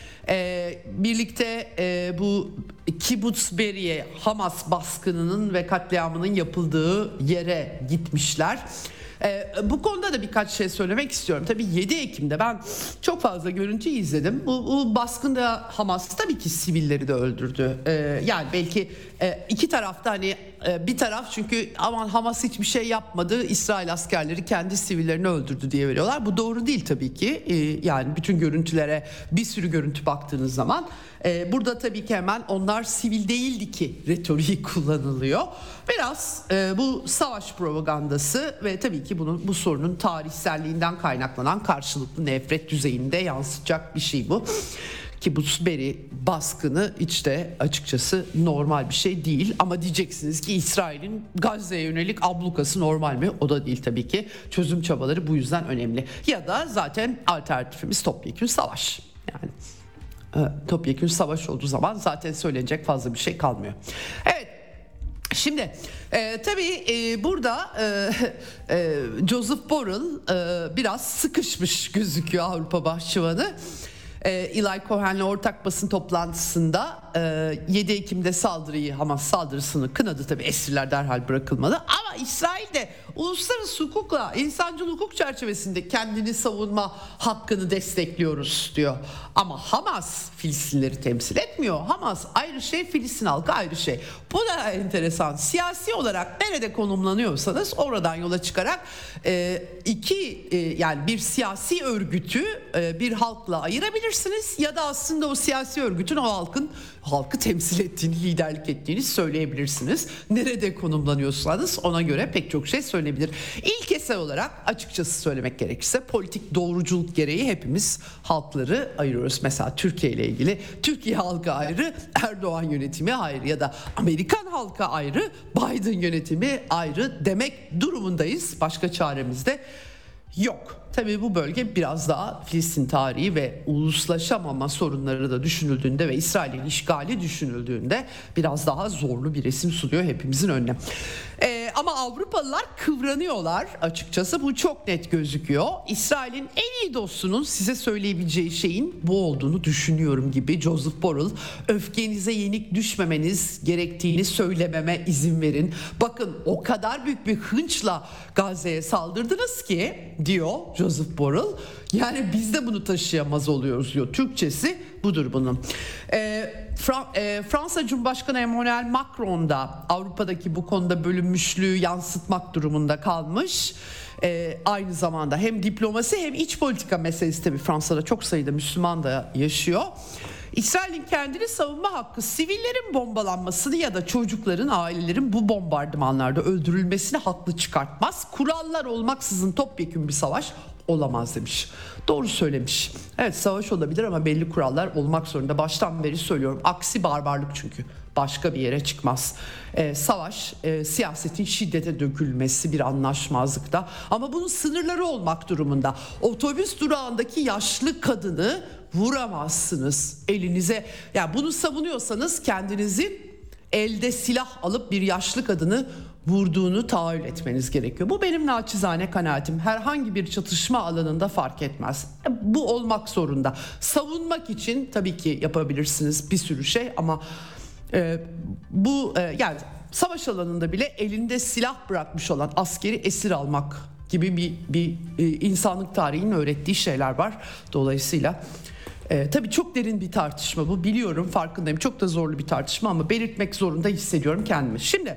Ee, birlikte e, bu Kibbutz Be'eriye Hamas baskınının ve katliamının yapıldığı yere gitmişler. Ee, bu konuda da birkaç şey söylemek istiyorum. Tabii yedi Ekim'de ben çok fazla görüntü izledim. Bu, bu baskında Hamas tabii ki sivilleri de öldürdü. Ee, yani belki e, iki tarafta hani e, bir taraf çünkü aman Hamas hiçbir şey yapmadı, İsrail askerleri kendi sivillerini öldürdü diye veriyorlar. Bu doğru değil tabii ki. Ee, yani bütün görüntülere, bir sürü görüntü baktığınız zaman e, burada tabii ki hemen onlar sivil değildi ki retoriği kullanılıyor. Biraz e, bu savaş propagandası ve tabii ki bunun bu sorunun tarihselliğinden kaynaklanan karşılıklı nefret düzeyinde yansıtacak bir şey bu. Kibbutz Be'eri baskını hiç de açıkçası normal bir şey değil, ama diyeceksiniz ki İsrail'in Gazze'ye yönelik ablukası normal mi? O da değil tabii ki. Çözüm çabaları bu yüzden önemli. Ya da zaten alternatifimiz topyekün savaş. Yani e, topyekün savaş olduğu zaman zaten söylenecek fazla bir şey kalmıyor. Evet. Şimdi e, tabii e, burada e, e, Joseph Borrell e, biraz sıkışmış gözüküyor, Avrupa Bahçıvanı. E, Eli Cohen'le ortak basın toplantısında e, yedi Ekim'de saldırıyı, Hamas saldırısını kınadı tabii, esirler derhal bırakılmalı. Ama İsrail de uluslararası hukukla, insancıl hukuk çerçevesinde kendini savunma hakkını destekliyoruz diyor. Ama Hamas Filistinleri temsil etmiyor. Hamas ayrı şey, Filistin halkı ayrı şey. Bu da enteresan. Siyasi olarak nerede konumlanıyorsanız oradan yola çıkarak e, iki e, yani bir siyasi örgütü e, bir halkla ayırabilirsiniz, ya da aslında o siyasi örgütün o halkın halkı temsil ettiğini, liderlik ettiğini söyleyebilirsiniz. Nerede konumlanıyorsanız ona göre pek çok şey söylenebilir. İlkesel olarak açıkçası söylemek gerekirse politik doğruculuk gereği hepimiz halkları ayırıyoruz. Mesela Türkiye ile ilgili Türkiye halkı ayrı, Erdoğan yönetimi ayrı, ya da Amerikan halkı ayrı, Biden yönetimi ayrı demek durumundayız. Başka çaremiz de yok. Tabii bu bölge biraz daha Filistin tarihi ve uluslaşamama sorunları da düşünüldüğünde ve İsrail'in işgali düşünüldüğünde biraz daha zorlu bir resim sunuyor hepimizin önüne. Ee, ama Avrupalılar kıvranıyorlar açıkçası, bu çok net gözüküyor. İsrail'in en iyi dostunun size söyleyebileceği şeyin bu olduğunu düşünüyorum gibi. Joseph Borrell, öfkenize yenik düşmemeniz gerektiğini söylememe izin verin. Bakın o kadar büyük bir hınçla Gazze'ye saldırdınız ki diyor Joseph Borrell. Yani biz de bunu taşıyamaz oluyoruz diyor. Türkçesi budur bunun. Ee, Fra- e, Fransa Cumhurbaşkanı Emmanuel Macron da Avrupa'daki bu konuda bölünmüşlüğü yansıtmak durumunda kalmış. Ee, aynı zamanda hem diplomasi hem iç politika meselesi, tabii Fransa'da çok sayıda Müslüman da yaşıyor. İsrail'in kendini savunma hakkı, sivillerin bombalanmasını ya da çocukların, ailelerin bu bombardımanlarda öldürülmesini haklı çıkartmaz. Kurallar olmaksızın topyekün bir savaş olamaz demiş. Doğru söylemiş. Evet, savaş olabilir ama belli kurallar olmak zorunda. Baştan beri söylüyorum. Aksi barbarlık çünkü. Başka bir yere çıkmaz. Ee, savaş, e, siyasetin şiddete dökülmesi bir anlaşmazlıkta. Ama bunun sınırları olmak durumunda. Otobüs durağındaki yaşlı kadını vuramazsınız elinize. Yani bunu savunuyorsanız kendinizin elde silah alıp bir yaşlı kadını vurduğunu tahayyül etmeniz gerekiyor. Bu benim naçizane kanaatim. Herhangi bir çatışma alanında fark etmez. Bu olmak zorunda. Savunmak için tabii ki yapabilirsiniz bir sürü şey ama e, bu e, yani savaş alanında bile elinde silah bırakmış olan askeri esir almak gibi bir, bir e, insanlık tarihinin öğrettiği şeyler var. Dolayısıyla Ee, tabii çok derin bir tartışma bu, biliyorum, farkındayım, çok da zorlu bir tartışma ama belirtmek zorunda hissediyorum kendimi. Şimdi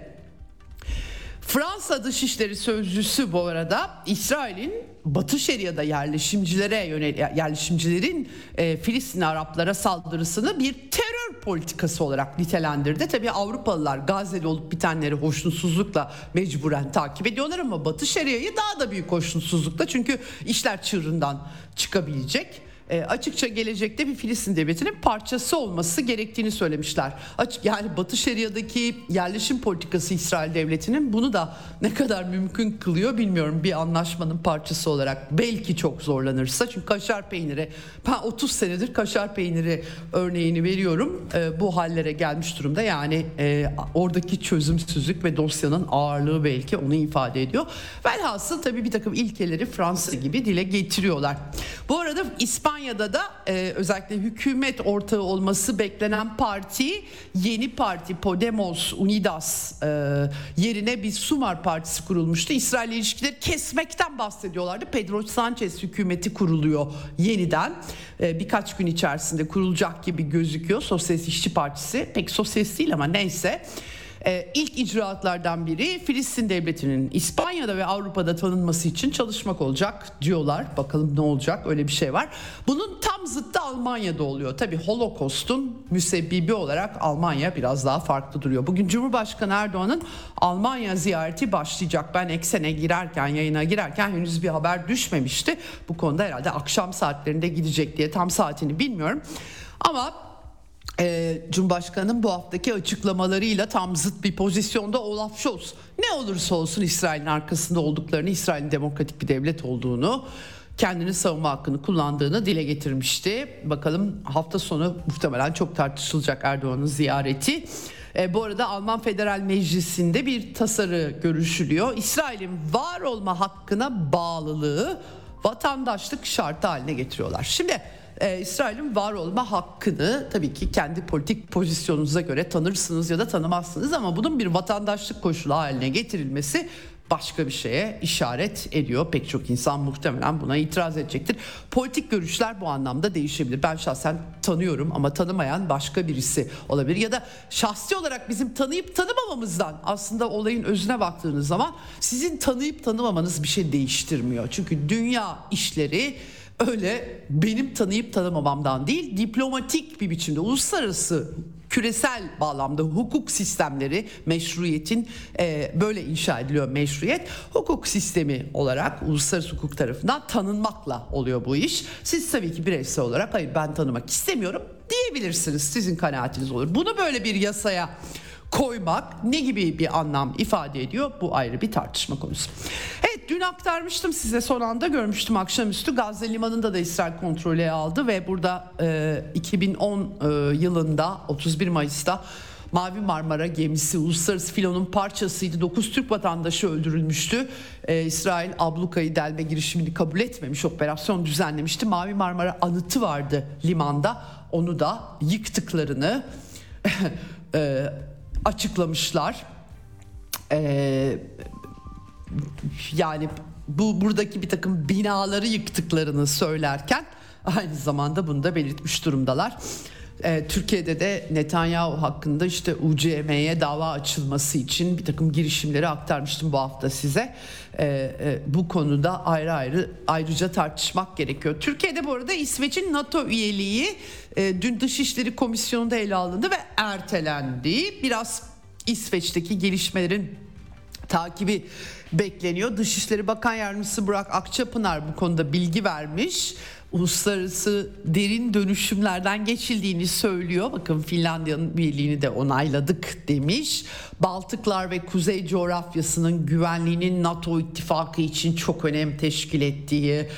Fransa Dışişleri Sözcüsü bu arada İsrail'in Batı Şeria'da yerleşimcilere yönelik yerleşimcilerin e, Filistin Araplara saldırısını bir terör politikası olarak nitelendirdi. Tabii Avrupalılar Gazze'de olup bitenleri hoşnutsuzlukla mecburen takip ediyorlar ama Batı Şeria'yı daha da büyük hoşnutsuzlukla, çünkü işler çığırından çıkabilecek. E, açıkça gelecekte bir Filistin devletinin parçası olması gerektiğini söylemişler. Açık, yani Batı Şeria'daki yerleşim politikası İsrail devletinin bunu da ne kadar mümkün kılıyor bilmiyorum, bir anlaşmanın parçası olarak. Belki çok zorlanırsa, çünkü kaşar peyniri, ben otuz senedir kaşar peyniri örneğini veriyorum, e, bu hallere gelmiş durumda. Yani e, oradaki çözümsüzlük ve dosyanın ağırlığı belki onu ifade ediyor. Velhasıl tabii bir takım ilkeleri Fransa gibi dile getiriyorlar. Bu arada İspanya İspanya'da da e, özellikle hükümet ortağı olması beklenen parti, yeni parti Podemos Unidas e, yerine bir Sumar partisi kurulmuştu. İsrail ilişkileri kesmekten bahsediyorlardı. Pedro Sanchez hükümeti kuruluyor yeniden. E, birkaç gün içerisinde kurulacak gibi gözüküyor. Sosyalist İşçi Partisi, pek sosyalist değil ama neyse. Ee, ilk icraatlardan biri Filistin devletinin İspanya'da ve Avrupa'da tanınması için çalışmak olacak diyorlar. Bakalım ne olacak, öyle bir şey var. Bunun tam zıttı Almanya'da oluyor. Tabii Holocaust'un müsebbibi olarak Almanya biraz daha farklı duruyor. Bugün Cumhurbaşkanı Erdoğan'ın Almanya ziyareti başlayacak. Ben Eksen'e girerken, yayına girerken henüz bir haber düşmemişti. Bu konuda herhalde akşam saatlerinde gidecek diye, tam saatini bilmiyorum. Ama Ee, Cumhurbaşkanı'nın bu haftaki açıklamalarıyla tam zıt bir pozisyonda Olaf Scholz. Ne olursa olsun İsrail'in arkasında olduklarını, İsrail'in demokratik bir devlet olduğunu, kendini savunma hakkını kullandığını dile getirmişti. Bakalım hafta sonu muhtemelen çok tartışılacak Erdoğan'ın ziyareti. E, bu arada Alman Federal Meclisi'nde bir tasarı görüşülüyor. İsrail'in var olma hakkına bağlılığı vatandaşlık şartı haline getiriyorlar. Şimdi Ee, İsrail'in var olma hakkını tabii ki kendi politik pozisyonunuza göre tanırsınız ya da tanımazsınız ama bunun bir vatandaşlık koşulu haline getirilmesi başka bir şeye işaret ediyor. Pek çok insan muhtemelen buna itiraz edecektir. Politik görüşler bu anlamda değişebilir. Ben şahsen tanıyorum ama tanımayan başka birisi olabilir. Ya da şahsi olarak bizim tanıyıp tanımamamızdan, aslında olayın özüne baktığınız zaman sizin tanıyıp tanımamanız bir şey değiştirmiyor. Çünkü dünya işleri öyle benim tanıyıp tanımamamdan değil, diplomatik bir biçimde uluslararası küresel bağlamda hukuk sistemleri, meşruiyetin e, böyle inşa ediliyor meşruiyet. Hukuk sistemi olarak uluslararası hukuk tarafından tanınmakla oluyor bu iş. Siz tabii ki bireysel olarak hayır ben tanımak istemiyorum diyebilirsiniz, sizin kanaatiniz olur. Bunu böyle bir yasaya koymak ne gibi bir anlam ifade ediyor? Bu ayrı bir tartışma konusu. Evet, dün aktarmıştım size, son anda görmüştüm akşamüstü. Gazze limanında da İsrail kontrolü aldı ve burada e, iki bin on e, yılında otuz bir Mayıs'ta Mavi Marmara gemisi uluslararası filonun parçasıydı. dokuz Türk vatandaşı öldürülmüştü. Ee, İsrail ablukayı delme girişimini kabul etmemiş, operasyon düzenlemişti. Mavi Marmara anıtı vardı limanda. Onu da yıktıklarını e, açıklamışlar. Ee, yani bu buradaki bir takım binaları yıktıklarını söylerken aynı zamanda bunu da belirtmiş durumdalar. Ee, Türkiye'de de Netanyahu hakkında işte U C M'ye dava açılması için bir takım girişimleri aktarmıştım bu hafta size. Ee, e, bu konuda ayrı ayrı ayrıca tartışmak gerekiyor. Türkiye'de bu arada İsveç'in NATO üyeliği e, dün Dışişleri Komisyonu'nda ele alındı ve ertelendi. Biraz İsveç'teki gelişmelerin takibi bekleniyor. Dışişleri Bakan Yardımcısı Burak Akçapınar bu konuda bilgi vermiş. Uluslararası derin dönüşümlerden geçildiğini söylüyor. Bakın Finlandiya'nın üyeliğini de onayladık demiş. Baltıklar ve Kuzey coğrafyasının güvenliğinin NATO ittifakı için çok önem teşkil ettiği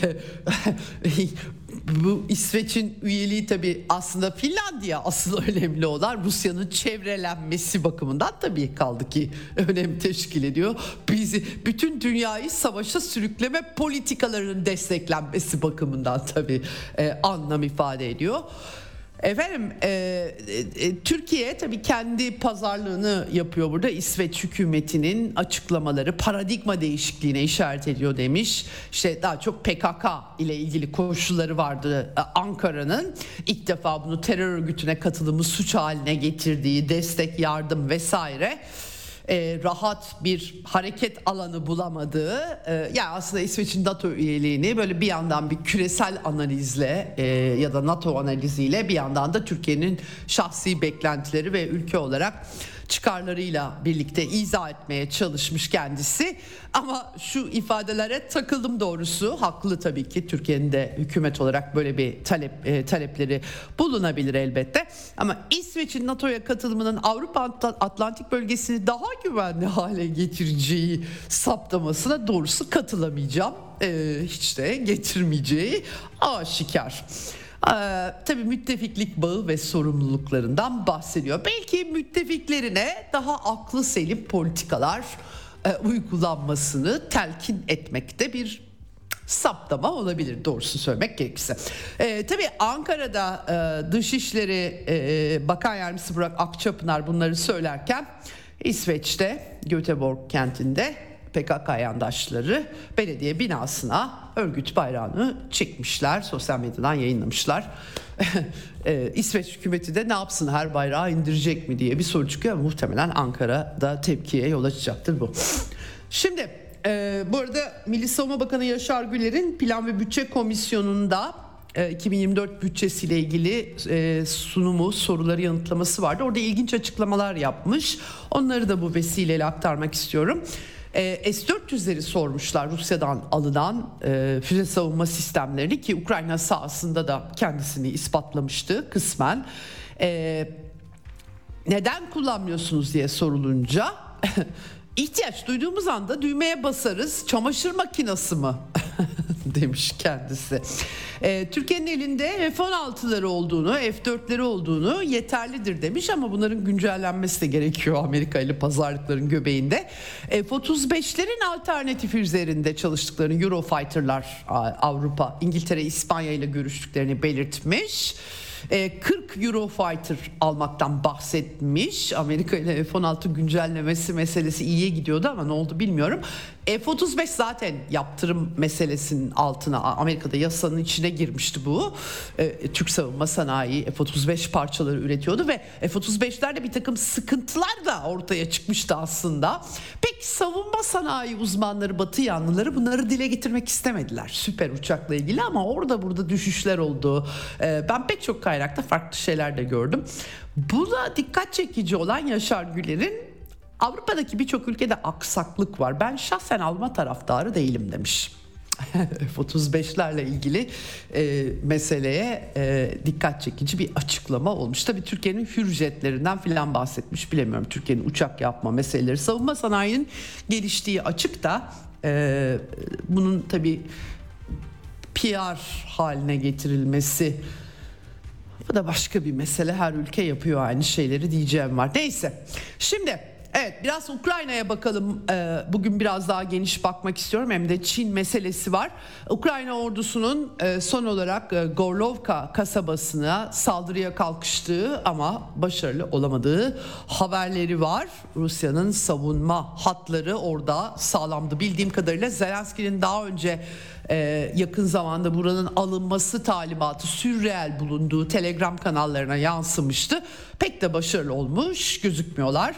bu İsveç'in üyeliği tabii aslında Finlandiya asıl önemli olan, Rusya'nın çevrelenmesi bakımından tabii kaldı ki önem teşkil ediyor. Bizi bütün dünyayı savaşa sürükleme politikalarının desteklenmesi bakımından tabii e, anlam ifade ediyor. Efendim e, e, Türkiye tabii kendi pazarlığını yapıyor burada. İsveç hükümetinin açıklamaları paradigma değişikliğine işaret ediyor demiş. İşte daha çok P K K ile ilgili koşulları vardı. Ankara'nın ilk defa bunu terör örgütüne katılımı suç haline getirdiği, destek, yardım vesaire. E, rahat bir hareket alanı bulamadığı, e, yani aslında İsveç'in NATO üyeliğini böyle bir yandan bir küresel analizle e, ya da NATO analiziyle, bir yandan da Türkiye'nin şahsi beklentileri ve ülke olarak çıkarlarıyla birlikte izah etmeye çalışmış kendisi. Ama şu ifadelere takıldım doğrusu. Haklı tabii ki, Türkiye'nin de hükümet olarak böyle bir talep e, talepleri bulunabilir elbette. Ama İsveç'in NATO'ya katılımının Avrupa Atlantik bölgesini daha güvenli hale getireceği saptamasına doğrusu katılamayacağım. E, hiç de getirmeyeceği aşikar. Ee, tabii müttefiklik bağı ve sorumluluklarından bahsediyor. Belki müttefiklerine daha aklı selim politikalar e, uygulanmasını telkin etmekte bir saptama olabilir, doğrusu söylemek gerekirse. Ee, tabii Ankara'da e, Dışişleri e, Bakan Yardımcısı Burak Akçapınar bunları söylerken, İsveç'te Göteborg kentinde P K K yandaşları belediye binasına örgüt bayrağını çekmişler, sosyal medyadan yayınlamışlar. ee, İsveç hükümeti de ne yapsın, her bayrağı indirecek mi diye bir soru çıkıyor. Muhtemelen Ankara'da tepkiye yol açacaktır bu. Şimdi e, bu arada Milli Savunma Bakanı Yaşar Güler'in Plan ve Bütçe Komisyonu'nda iki bin yirmi dört bütçesiyle ilgili sunumu, soruları yanıtlaması vardı. Orada ilginç açıklamalar yapmış. Onları da bu vesileyle aktarmak istiyorum. S dört yüzleri sormuşlar, Rusya'dan alınan e, füze savunma sistemlerini, ki Ukrayna sahasında da kendisini ispatlamıştı kısmen. E, neden kullanmıyorsunuz diye sorulunca ihtiyaç duyduğumuz anda düğmeye basarız, çamaşır makinesi mi demiş kendisi. Ee, Türkiye'nin elinde F on altıları olduğunu, F dörtleri olduğunu, yeterlidir demiş ama bunların güncellenmesi de gerekiyor Amerika ile pazarlıkların göbeğinde. F otuz beşlerin alternatifi üzerinde çalıştıklarını Eurofighter'lar Avrupa, İngiltere, İspanya ile görüştüklerini belirtmiş. kırk Eurofighter almaktan bahsetmiş. Amerika ile F on altı güncellemesi meselesi iyiye gidiyordu ama ne oldu bilmiyorum. F otuz beş zaten yaptırım meselesinin altına, Amerika'da yasanın içine girmişti bu. E, Türk savunma sanayi F otuz beş parçaları üretiyordu ve F otuz beşlerde bir takım sıkıntılar da ortaya çıkmıştı aslında. Peki savunma sanayi uzmanları, Batı yanlıları bunları dile getirmek istemediler. Süper uçakla ilgili ama orada burada düşüşler oldu. E, ben pek çok kaynakta farklı şeyler de gördüm. Buna dikkat çekici olan Yaşar Güler'in, Avrupa'daki birçok ülkede aksaklık var, ben şahsen alma taraftarı değilim demiş. F otuz beşlerle ilgili e, meseleye e, dikkat çekici bir açıklama olmuş. Tabii Türkiye'nin Hürjetlerinden filan bahsetmiş, bilemiyorum. Türkiye'nin uçak yapma meseleleri, savunma sanayinin geliştiği açık da e, bunun tabii P R haline getirilmesi, bu da başka bir mesele. Her ülke yapıyor aynı şeyleri diyeceğim var. Neyse. Şimdi evet, Evet, biraz Ukrayna'ya bakalım. Ee, bugün biraz daha geniş bakmak istiyorum. Hem de Çin meselesi var. Ukrayna ordusunun e, son olarak e, Gorlovka kasabasına saldırıya kalkıştığı ama başarılı olamadığı haberleri var. Rusya'nın savunma hatları orada sağlamdı. Bildiğim kadarıyla Zelenski'nin daha önce e, yakın zamanda buranın alınması talimatı sürreel bulunduğu Telegram kanallarına yansımıştı. Pek de başarılı olmuş gözükmüyorlar.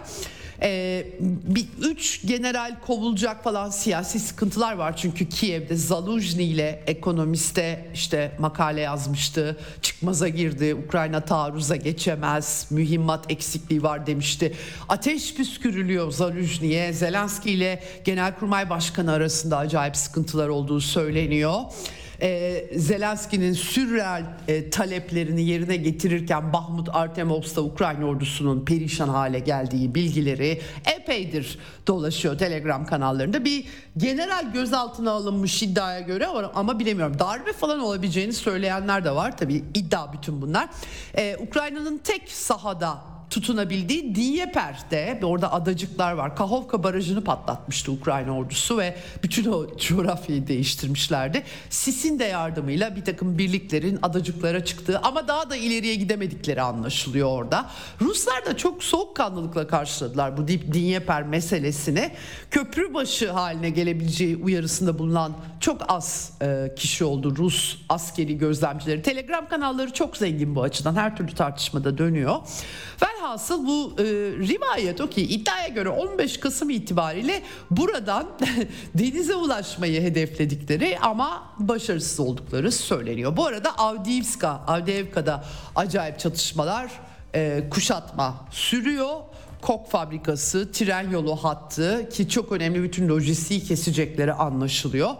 Ee, bir üç general kovulacak falan, siyasi sıkıntılar var çünkü Kiev'de. Zaluzhny ile Ekonomist'te işte makale yazmıştı, çıkmaza girdi, Ukrayna taarruza geçemez, mühimmat eksikliği var demişti. Ateş püskürülüyor Zaluzhny'ye. Zelenski ile Genelkurmay Başkanı arasında acayip sıkıntılar olduğu söyleniyor. Ee, Zelenski'nin sürreal e, taleplerini yerine getirirken Bahmut Artemovsk'ta Ukrayna ordusunun perişan hale geldiği bilgileri epeydir dolaşıyor Telegram kanallarında. Bir general gözaltına alınmış iddiaya göre, ama bilemiyorum, darbe falan olabileceğini söyleyenler de var. Tabii iddia bütün bunlar. Ee, Ukrayna'nın tek sahada tutunabildiği Dnieper'de, orada adacıklar var. Kahovka barajını patlatmıştı Ukrayna ordusu ve bütün o coğrafyayı değiştirmişlerdi. Sis'in de yardımıyla bir takım birliklerin adacıklara çıktığı ama daha da ileriye gidemedikleri anlaşılıyor orada. Ruslar da çok soğukkanlılıkla karşıladılar bu Dnieper meselesini. Köprübaşı haline gelebileceği uyarısında bulunan çok az e, kişi oldu, Rus askeri gözlemcileri. Telegram kanalları çok zengin bu açıdan, her türlü tartışmada dönüyor. Velhasıl bu e, rivayet o ki iddiaya göre on beş Kasım itibariyle buradan denize ulaşmayı hedefledikleri ama başarısız oldukları söyleniyor. Bu arada Avdiivka, Avdiivka'da acayip çatışmalar, e, kuşatma sürüyor. Kok fabrikası, tren yolu hattı ki çok önemli, bütün lojistiği kesecekleri anlaşılıyor.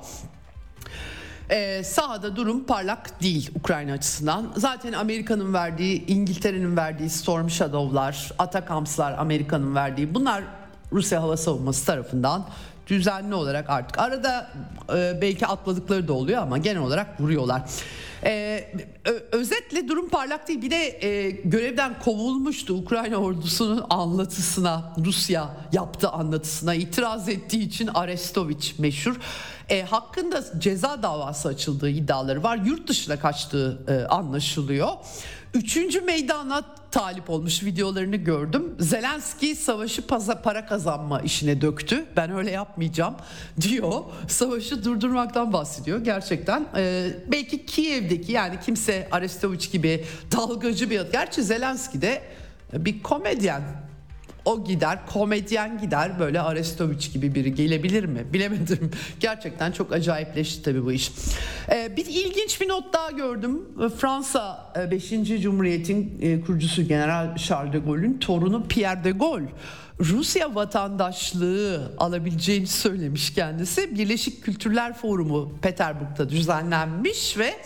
Ee, sahada durum parlak değil Ukrayna açısından. Zaten Amerika'nın verdiği, İngiltere'nin verdiği Storm Shadow'lar, Atakams'lar Amerika'nın verdiği, bunlar Rusya Hava Savunması tarafından düzenli olarak artık arada e, belki atladıkları da oluyor ama genel olarak vuruyorlar. Ee, ö- özetle durum parlak değil. Bir de e, görevden kovulmuştu, Ukrayna ordusunun anlatısına, Rusya yaptığı anlatısına itiraz ettiği için Arestovich meşhur. E, hakkında ceza davası açıldığı iddiaları var. Yurt dışına kaçtığı e, anlaşılıyor. Üçüncü meydana talip olmuş, videolarını gördüm. Zelenski savaşı paza, para kazanma işine döktü. Ben öyle yapmayacağım diyor. Savaşı durdurmaktan bahsediyor. Gerçekten e, belki Kiev'deki, yani kimse Arestovich gibi dalgacı bir, gerçi Zelenski de bir komedyen. O gider, komedyen gider, böyle Arestovich gibi biri gelebilir mi? Bilemedim. Gerçekten çok acayipleşti tabii bu iş. Ee, bir ilginç bir not daha gördüm. Fransa beşinci Cumhuriyet'in e, kurucusu General Charles de Gaulle'ün torunu Pierre de Gaulle Rusya vatandaşlığı alabileceğini söylemiş kendisi. Birleşik Kültürler Forumu Peterburg'da düzenlenmiş ve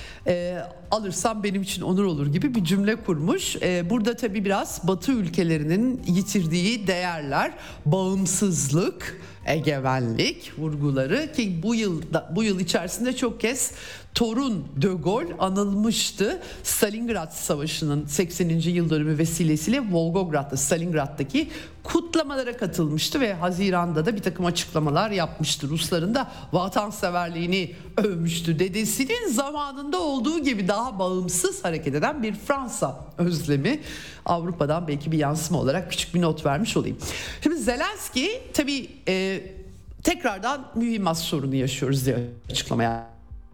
E, alırsam benim için onur olur gibi bir cümle kurmuş. E, burada tabii biraz Batı ülkelerinin yitirdiği değerler, bağımsızlık, egemenlik vurguları ki bu yıl bu yıl içerisinde çok kez torun de Gaulle anılmıştı. Stalingrad Savaşı'nın sekseninci yıl dönümü vesilesiyle Volgograd'da, Stalingrad'daki kutlamalara katılmıştı ve Haziran'da da bir takım açıklamalar yapmıştı. Rusların da vatanseverliğini övmüştü. Dedesinin zamanında olduğu gibi daha bağımsız hareket eden bir Fransa özlemi. Avrupa'dan belki bir yansıma olarak küçük bir not vermiş olayım. Şimdi Zelenski tabii e, tekrardan mühimmat sorunu yaşıyoruz diye açıklamaya.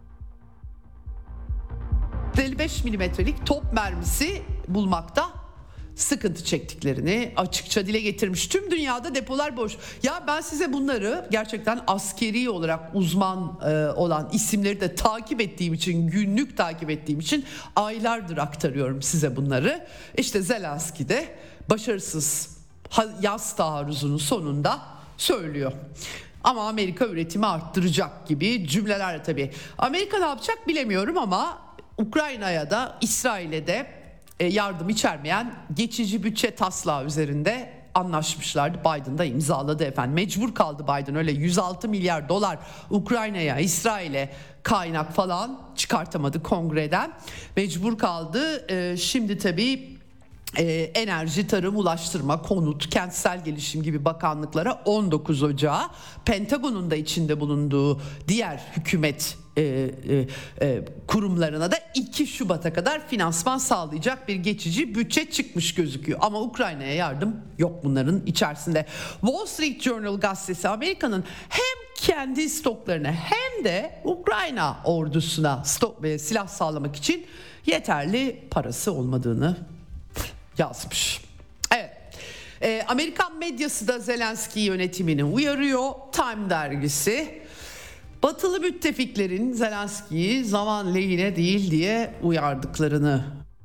elli beş milimetrelik top mermisi bulmakta sıkıntı çektiklerini açıkça dile getirmiş. Tüm dünyada depolar boş. Ya ben size bunları gerçekten askeri olarak uzman e, olan isimleri de takip ettiğim için, günlük takip ettiğim için aylardır aktarıyorum size bunları. İşte Zelenski de başarısız yaz taarruzunun sonunda söylüyor. Ama Amerika üretimi arttıracak gibi cümlelerle tabii. Amerika ne yapacak bilemiyorum ama Ukrayna'ya da İsrail'e de yardım içermeyen geçici bütçe taslağı üzerinde anlaşmışlardı. Biden da imzaladı efendim. Mecbur kaldı Biden, öyle yüz altı milyar dolar Ukrayna'ya, İsrail'e kaynak falan çıkartamadı kongreden. Mecbur kaldı. Şimdi tabii Ee, enerji, tarım, ulaştırma, konut, kentsel gelişim gibi bakanlıklara on dokuz Ocağı, Pentagon'un da içinde bulunduğu diğer hükümet e, e, e, kurumlarına da iki Şubat'a kadar finansman sağlayacak bir geçici bütçe çıkmış gözüküyor. Ama Ukrayna'ya yardım yok bunların içerisinde. Wall Street Journal gazetesi Amerika'nın hem kendi stoklarına hem de Ukrayna ordusuna stok, e, silah sağlamak için yeterli parası olmadığını yazmış. Evet. Ee, Amerikan medyası da Zelenski yönetimini uyarıyor. Time dergisi Batılı müttefiklerin Zelenski'yi zaman lehine değil diye uyardıklarını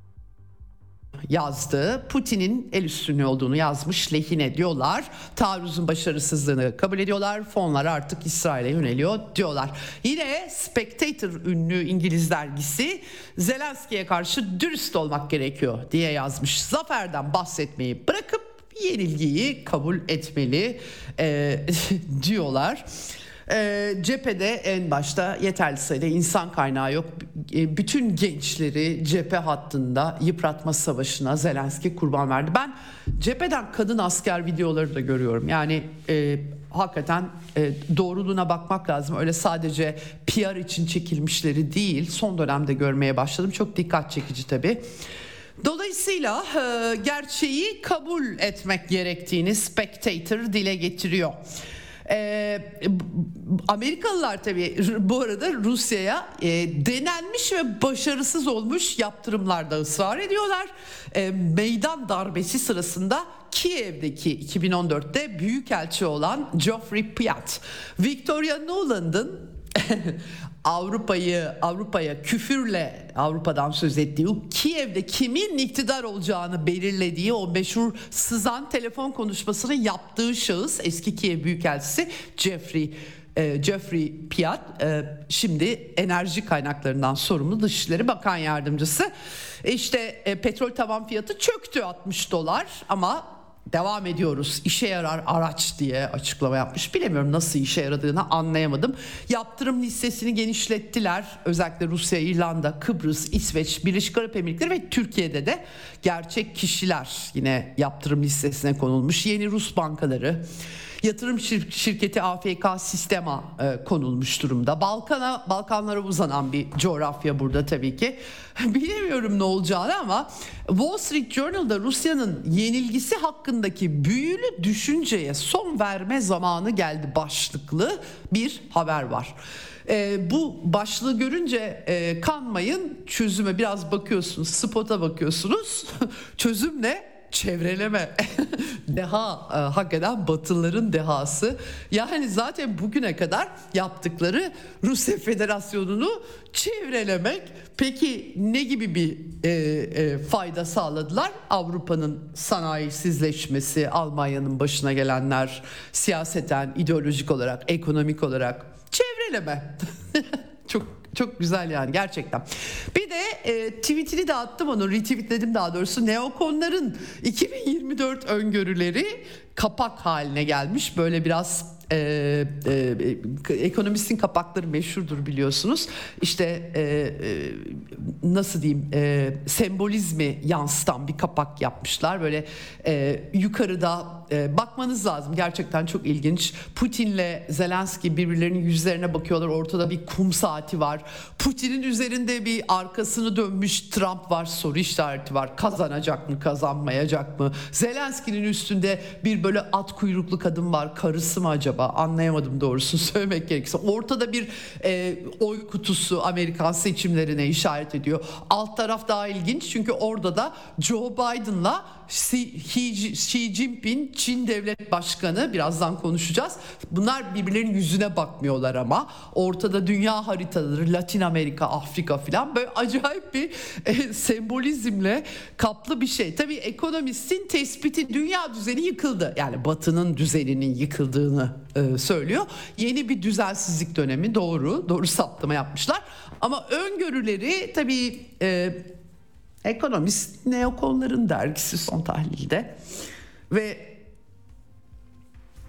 yazdı. Putin'in el üstünlüğü olduğunu yazmış, lehine diyorlar. Taarruzun başarısızlığını kabul ediyorlar. Fonlar artık İsrail'e yöneliyor diyorlar. Yine Spectator ünlü İngiliz dergisi Zelenski'ye karşı dürüst olmak gerekiyor diye yazmış. Zaferden bahsetmeyi bırakıp yenilgiyi kabul etmeli e, diyorlar. E, cephede en başta yeterli sayıda insan kaynağı yok. E, bütün gençleri cephe hattında yıpratma savaşına Zelenski kurban verdi. Ben cepheden kadın asker videoları da görüyorum. Yani e, hakikaten e, doğruluğuna bakmak lazım. Öyle sadece P R için çekilmişleri değil. Son dönemde görmeye başladım. Çok dikkat çekici tabii. Dolayısıyla e, gerçeği kabul etmek gerektiğini Spectator dile getiriyor. Ee, Amerikalılar tabii bu arada Rusya'ya e, denenmiş ve başarısız olmuş yaptırımlarda ısrar ediyorlar. E, meydan darbesi sırasında Kiev'deki iki bin on dörtte büyükelçi olan Geoffrey Piat, Victoria Nuland'ın Avrupa'yı Avrupa'ya küfürle Avrupa'dan söz ettiği, Kiev'de kimin iktidar olacağını belirlediği o meşhur sızan telefon konuşmasını yaptığı şahıs eski Kiev Büyükelçisi Geoffrey e, Geoffrey Piat, e, şimdi enerji kaynaklarından sorumlu Dışişleri Bakan Yardımcısı. E işte e, petrol tavan fiyatı çöktü altmış dolar ama devam ediyoruz, İşe yarar araç diye açıklama yapmış. Bilemiyorum nasıl işe yaradığını anlayamadım. Yaptırım listesini genişlettiler. Özellikle Rusya, İrlanda, Kıbrıs, İsveç, Birleşik Arap Emirlikleri ve Türkiye'de de gerçek kişiler yine yaptırım listesine konulmuş. Yeni Rus bankaları, yatırım şir- şirketi A F K Sistema e, konulmuş durumda. Balkan'a, Balkanlara uzanan bir coğrafya burada tabii ki. Bilemiyorum ne olacağını ama Wall Street Journal'da Rusya'nın yenilgisi hakkındaki büyülü düşünceye son verme zamanı geldi başlıklı bir haber var. E, bu başlığı görünce e, kanmayın, çözüme biraz bakıyorsunuz, spota bakıyorsunuz. Çözüm ne? Çevreleme. Deha, e, hakikaten Batılıların dehası. Yani zaten bugüne kadar yaptıkları Rusya Federasyonu'nu çevrelemek. Peki ne gibi bir e, e, fayda sağladılar? Avrupa'nın sanayisizleşmesi, Almanya'nın başına gelenler, siyaseten, ideolojik olarak, ekonomik olarak çevreleme. Çok Çok güzel yani gerçekten. Bir de e, tweetini de attım, onu retweetledim daha doğrusu. Neokonların iki bin yirmi dört öngörüleri kapak haline gelmiş. Böyle biraz e, e, ekonomistin kapakları meşhurdur biliyorsunuz. İşte e, e, nasıl diyeyim, e, sembolizmi yansıtan bir kapak yapmışlar. Böyle e, yukarıda e, bakmanız lazım, gerçekten çok ilginç. Putin'le Zelenski birbirlerinin yüzlerine bakıyorlar. Ortada bir kum saati var. Putin'in üzerinde bir arkasını dönmüş Trump var, soru işareti var. Kazanacak mı, kazanmayacak mı? Zelenski'nin üstünde bir böyle at kuyruklu kadın var. Karısı mı acaba? Anlayamadım doğrusunu söylemek gerekirse. Ortada bir e, oy kutusu Amerikan seçimlerine işaret ediyor. Alt taraf daha ilginç çünkü orada da Joe Biden'la Xi Jinping, Çin Devlet Başkanı, birazdan konuşacağız. Bunlar birbirlerinin yüzüne bakmıyorlar ama ortada dünya haritaları, Latin Amerika, Afrika filan, böyle acayip bir e, sembolizmle kaplı bir şey. Tabii ekonomistin tespiti, dünya düzeni yıkıldı. Yani Batı'nın düzeninin yıkıldığını e, söylüyor. Yeni bir düzensizlik dönemi, doğru, doğru saptama yapmışlar. Ama öngörüleri tabii e, Ekonomist Neokonların dergisi son tahlilde ve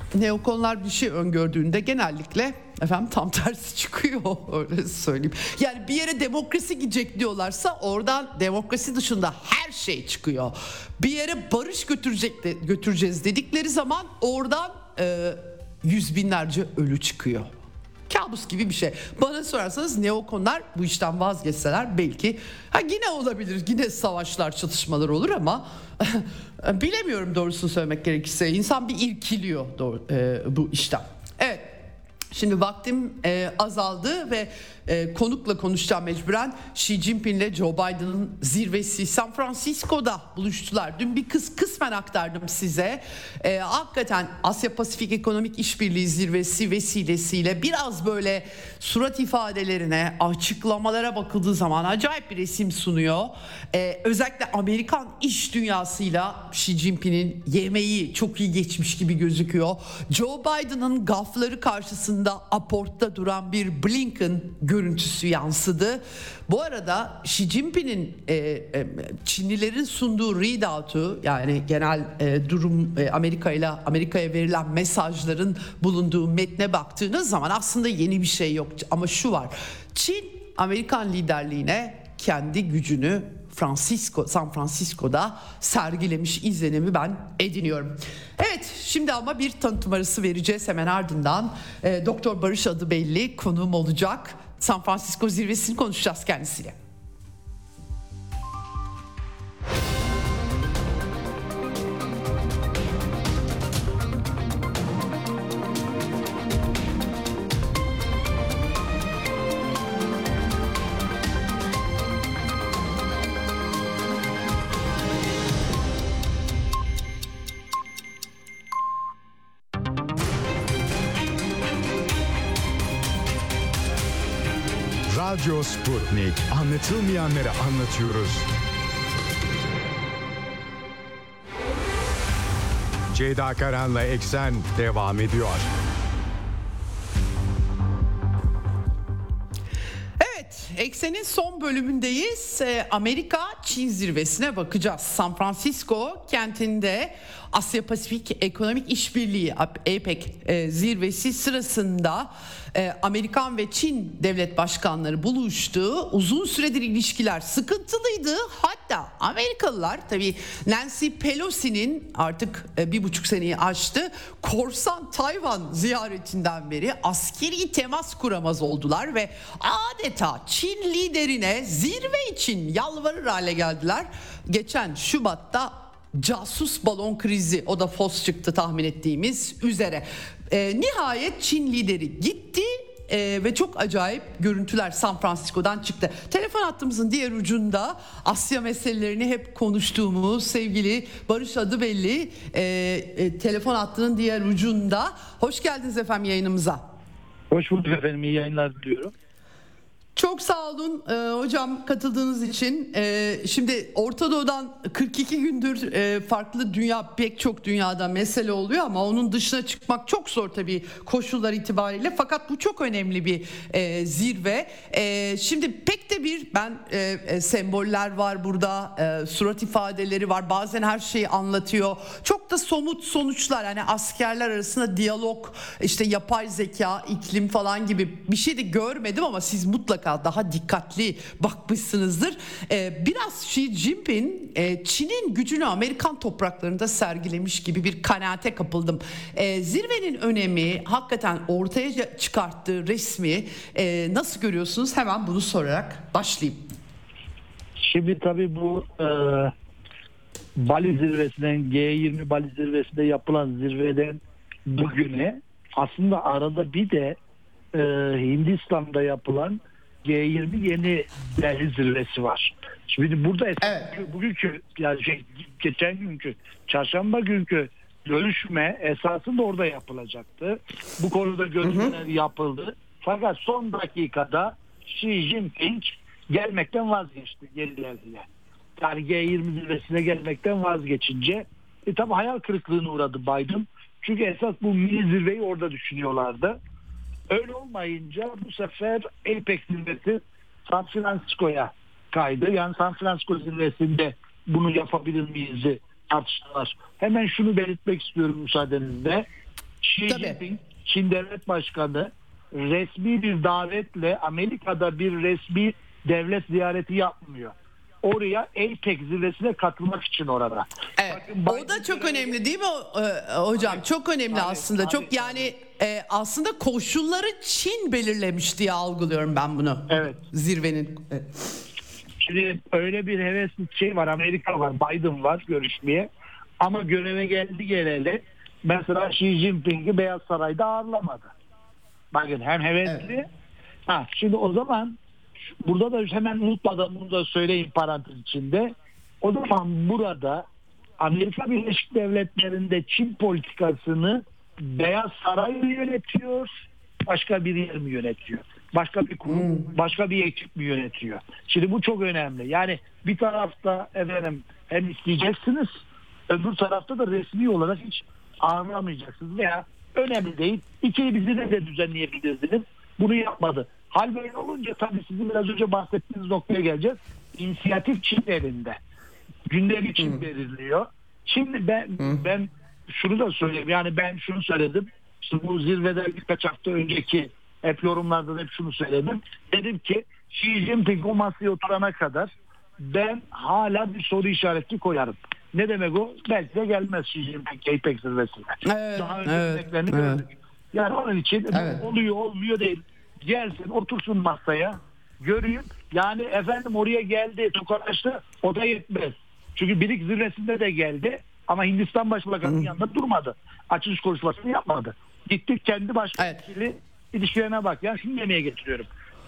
neokonlar bir şey öngördüğünde genellikle efendim tam tersi çıkıyor, öyle söyleyeyim. Yani bir yere demokrasi gidecek diyorlarsa oradan demokrasi dışında her şey çıkıyor. Bir yere barış götürecek de, götüreceğiz dedikleri zaman oradan e, yüz binlerce ölü çıkıyor. Kabus gibi bir şey. Bana sorarsanız neokonlar bu işten vazgeçseler belki ha yine olabilir, yine savaşlar, çatışmalar olur ama bilemiyorum doğrusunu söylemek gerekirse. İnsan bir irkiliyor doğru, e, bu işten. Evet. Şimdi vaktim e, azaldı ve e, konukla konuşacağım mecburen. Xi Jinping ile Joe Biden'ın zirvesi San Francisco'da buluştular. Dün bir kız kısmen aktardım size. E, hakikaten Asya Pasifik Ekonomik İşbirliği Zirvesi vesilesiyle biraz böyle surat ifadelerine, açıklamalara bakıldığı zaman acayip bir resim sunuyor. E, özellikle Amerikan iş dünyasıyla Xi Jinping'in yemeği çok iyi geçmiş gibi gözüküyor. Joe Biden'ın gafları karşısında aportta duran bir Blinken görüntüsü yansıdı. Bu arada Xi Jinping'in e, e, Çinlilerin sunduğu readout'u, yani genel e, durum e, Amerika ile Amerika'ya verilen mesajların bulunduğu metne baktığınız zaman aslında yeni bir şey yok ama şu var. Çin Amerikan liderliğine kendi gücünü Francisco, San Francisco'da sergilemiş izlenimi ben ediniyorum. Evet, şimdi ama bir tanıtım arası vereceğiz hemen ardından. E, Doktor Barış Adıbelli konuğum olacak. San Francisco zirvesini konuşacağız kendisiyle. Radyo Sputnik. Anlatılmayanları anlatıyoruz. Ceyda Karan'la Eksen devam ediyor. Evet, Eksen'in son bölümündeyiz. Amerika-Çin zirvesine bakacağız. San Francisco kentinde Asya Pasifik Ekonomik İşbirliği A P E C zirvesi sırasında Amerikan ve Çin devlet başkanları buluştu. Uzun süredir ilişkiler sıkıntılıydı. Hatta Amerikalılar tabii Nancy Pelosi'nin artık bir buçuk seneyi aştı korsan Tayvan ziyaretinden beri askeri temas kuramaz oldular ve adeta Çin liderine zirve için yalvarır hale geldiler. Geçen Şubat'ta casus balon krizi, o da fos çıktı tahmin ettiğimiz üzere. E, nihayet Çin lideri gitti e, ve çok acayip görüntüler San Francisco'dan çıktı. Telefon hattımızın diğer ucunda Asya meselelerini hep konuştuğumuz sevgili Barış Adıbelli e, e, telefon hattının diğer ucunda. Hoş geldiniz efendim yayınımıza. Hoş bulduk efendim, iyi yayınlar diliyorum. Çok sağ olun e, hocam katıldığınız için. E, şimdi Orta Doğu'dan kırk iki gündür e, farklı dünya, pek çok dünyada mesele oluyor ama onun dışına çıkmak çok zor tabii koşullar itibariyle. Fakat bu çok önemli bir e, zirve. E, şimdi pek de bir ben e, e, semboller var burada, e, surat ifadeleri var. Bazen her şeyi anlatıyor. Çok da somut sonuçlar, yani askerler arasında diyalog, işte yapay zeka, iklim falan gibi bir şey de görmedim ama siz mutlaka daha dikkatli bakmışsınızdır. Ee, biraz Xi Jinping e, Çin'in gücünü Amerikan topraklarında sergilemiş gibi bir kanaate kapıldım. Ee, zirvenin önemi, hakikaten ortaya çıkarttığı resmi e, nasıl görüyorsunuz? Hemen bunu sorarak başlayayım. Şimdi tabii bu e, Bali zirvesinden, G yirmi Bali zirvesinde yapılan zirveden bugüne aslında arada bir de e, Hindistan'da yapılan G yirmi yeni Delhi zirvesi var. Şimdi burada evet. bugünkü, yani şey, geçen günkü çarşamba günkü görüşme esasında orada yapılacaktı. Bu konuda görüşmeler hı hı. yapıldı. Fakat son dakikada Xi Jinping gelmekten vazgeçti gerilerine. Yani G yirmi zirvesine gelmekten vazgeçince e, tabi hayal kırıklığına uğradı Biden. Çünkü esas bu mini zirveyi orada düşünüyorlardı. Öyle olmayınca bu sefer A P E C zirvesi San Francisco'ya kaydı. Yani San Francisco zirvesinde bunu yapabilir miyiz tartıştılar. Hemen şunu belirtmek istiyorum müsaadenizle. Xi Tabii. Jinping, Çin Devlet Başkanı resmi bir davetle Amerika'da bir resmi devlet ziyareti yapmıyor. Oraya APEC zirvesine katılmak için orada. Evet. Bakın, O da çok Biden- önemli değil mi o- e, hocam? Tabii, çok önemli tabii, aslında. tabii, çok yani e, aslında koşulları Çin belirlemiş diye algılıyorum ben bunu. Evet. Zirvenin. Evet. Şimdi öyle bir hevesli şey var. Amerika var, Biden var görüşmeye. Ama göreve geldi geleli mesela Xi Jinping'i Beyaz Saray'da ağırlamadı. Bakın hem hevesli. Evet. Ha, şimdi o zaman burada da hemen unutmadan bunu da söyleyeyim parantez içinde. O zaman burada Amerika Birleşik Devletleri'nde Çin politikasını Beyaz Saray mı yönetiyor, başka bir yer mi yönetiyor? Başka bir kurum, Hmm. başka bir ekip mi yönetiyor? Şimdi bu çok önemli. Yani bir tarafta efendim hem isteyeceksiniz, öbür tarafta da resmi olarak hiç ağırlamayacaksınız veya önemli değil. İkiyi bizi de, de düzenleyebilirdiniz. Bunu yapmadı. Hal böyle olunca tabii sizin biraz önce bahsettiğiniz noktaya geleceğiz. İnisiyatif Çin elinde. Gündemi Çin Hmm. belirliyor. Şimdi ben Hmm. ben şunu da söyleyeyim. Yani ben şunu söyledim. İşte bu zirvede birkaç hafta önceki hep yorumlarda da hep şunu söyledim. Dedim ki Xi Jinping o masaya oturana kadar ben hala bir soru işareti koyarım. Ne demek o? Belki de gelmez Xi Jinping APEC zirvesine. Evet, Daha önce evet, örneklerini evet. gördük. Yani onun için Evet. oluyor olmuyor değil. Gelsin otursun masaya göreyim. Yani efendim oraya geldi tokalaştı o da yetmez. Çünkü Birik zirvesinde de geldi ama Hindistan Başbakanı'nın yanında durmadı. Açılış konuşmasını yapmadı. Gitti kendi başkanıyla Evet. ilişkilerine bak. Yani şunu demeye getiriyorum.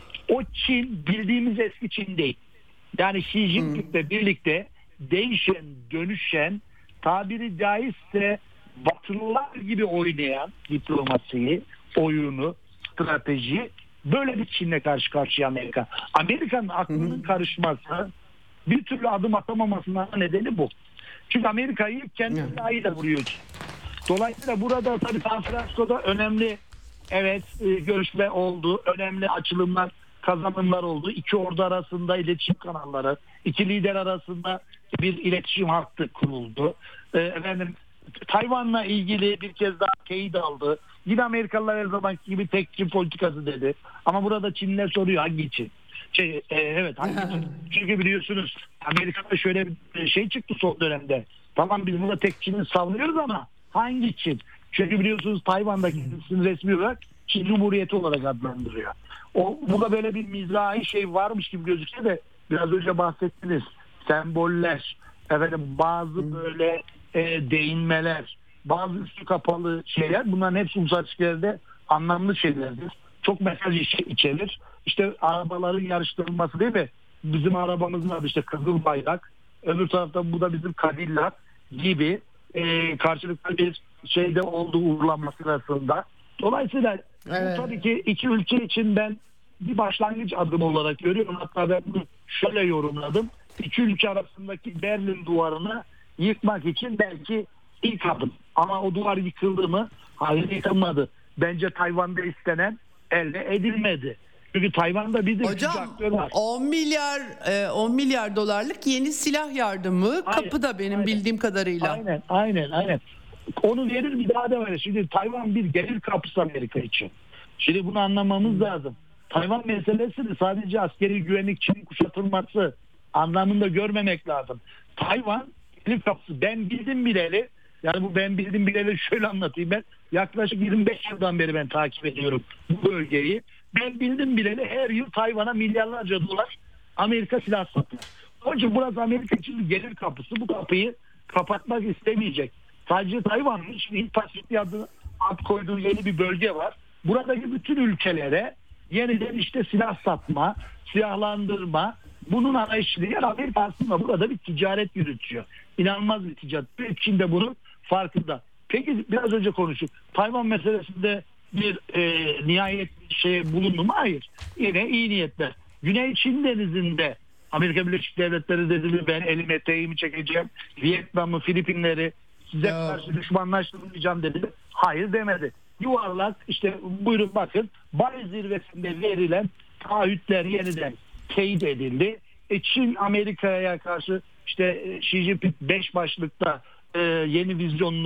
O Çin bildiğimiz eski Çin değil. Yani Xi Jinping'le birlikte değişen, dönüşen, tabiri caizse Batılılar gibi oynayan diplomasiyi, oyunu, strateji, böyle bir Çin'le karşı karşıya Amerika. Amerika'nın aklının karışması, bir türlü adım atamamasının nedeni bu. Çünkü Amerika'yı kendi silahıyla vuruyor Çin. Dolayısıyla burada tabii San Francisco'da önemli evet e, görüşme oldu. Önemli açılımlar, kazanımlar oldu. İki ordu arasında iletişim kanalları, iki lider arasında bir iletişim hattı kuruldu. E, efendim Tayvan'la ilgili bir kez daha teyit aldı. Yine Amerikalılar her zamanki gibi tek Çin politikası dedi. Ama burada Çinliler soruyor hangi Çin? Şey, e, evet hangi Çin? Çünkü biliyorsunuz Amerika'da şöyle bir şey çıktı son dönemde. Tamam biz burada tek Çin'i savunuyoruz ama hangi Çin? Çünkü biliyorsunuz Tayvan'daki kendisini resmi olarak Çin Cumhuriyeti olarak adlandırıyor. O, burada böyle bir mizahi şey varmış gibi gözükse de biraz önce bahsettiniz. Semboller, efendim bazı böyle e, değinmeler, bazı üstü kapalı şeyler bunların hepsi uluslararası ilişkilerde anlamlı şeylerdir. Çok mesaj içerir. İşte arabaların yarıştırılması değil mi? Bizim arabamızın adı işte Kızıl Bayrak. Öbür tarafta bu da bizim Cadillac gibi e, karşılıklı bir şeyde olduğu uğurlanması sırasında. Dolayısıyla Evet. bu tabii ki iki ülke için ben bir başlangıç adımı olarak görüyorum. Hatta ben bunu şöyle yorumladım. İki ülke arasındaki Berlin duvarını yıkmak için belki ilk adım. Ama o duvar yıkıldı mı? Hayır yıkılmadı. Bence Tayvan'da istenen elde edilmedi. Çünkü Tayvan'da bir de Hocam aktör var. on milyar e, on milyar dolarlık yeni silah yardımı Aynen, kapıda benim aynen. bildiğim kadarıyla. Aynen, aynen, aynen. Onu verir bir daha da verir. Şimdi Tayvan bir gelir kapısı Amerika için. Şimdi bunu anlamamız lazım. Tayvan meselesini sadece askeri güvenlik için kuşatılması anlamında görmemek lazım. Tayvan gelir kapısı. Ben bildim bileli, yani bu ben bildim bileli şöyle anlatayım ben. Yaklaşık yirmi beş yıldan beri ben takip ediyorum bu bölgeyi. Ben bildim bileli her yıl Tayvan'a milyarlarca dolar Amerika silah satıyor. Onun için burası Amerika için bir gelir kapısı. Bu kapıyı kapatmak istemeyecek. Sadece Tayvan'ın şimdi Hint-Pasifik adı ad koyduğu yeni bir bölge var. Buradaki bütün ülkelere yeniden işte silah satma, silahlandırma, bunun arayışını yer Amerika aslında burada bir ticaret yürütüyor. İnanılmaz bir ticaret. Çin de bunun farkında. Peki biraz önce konuştuk. Tayvan meselesinde bir e, nihayet şey bulundu mu? Hayır. Yine iyi niyetler. Güney Çin denizinde Amerika Birleşik Devletleri dedi mi ben elime eteğimi çekeceğim. Vietnam'ı, Filipinleri size Ya. karşı düşmanlaştırmayacağım dedi. Hayır demedi. Yuvarlak işte buyurun bakın Bali zirvesinde verilen taahhütler yeniden teyit edildi. E, Çin Amerika'ya karşı işte Xi Jinping beş başlıkta e, yeni vizyonunu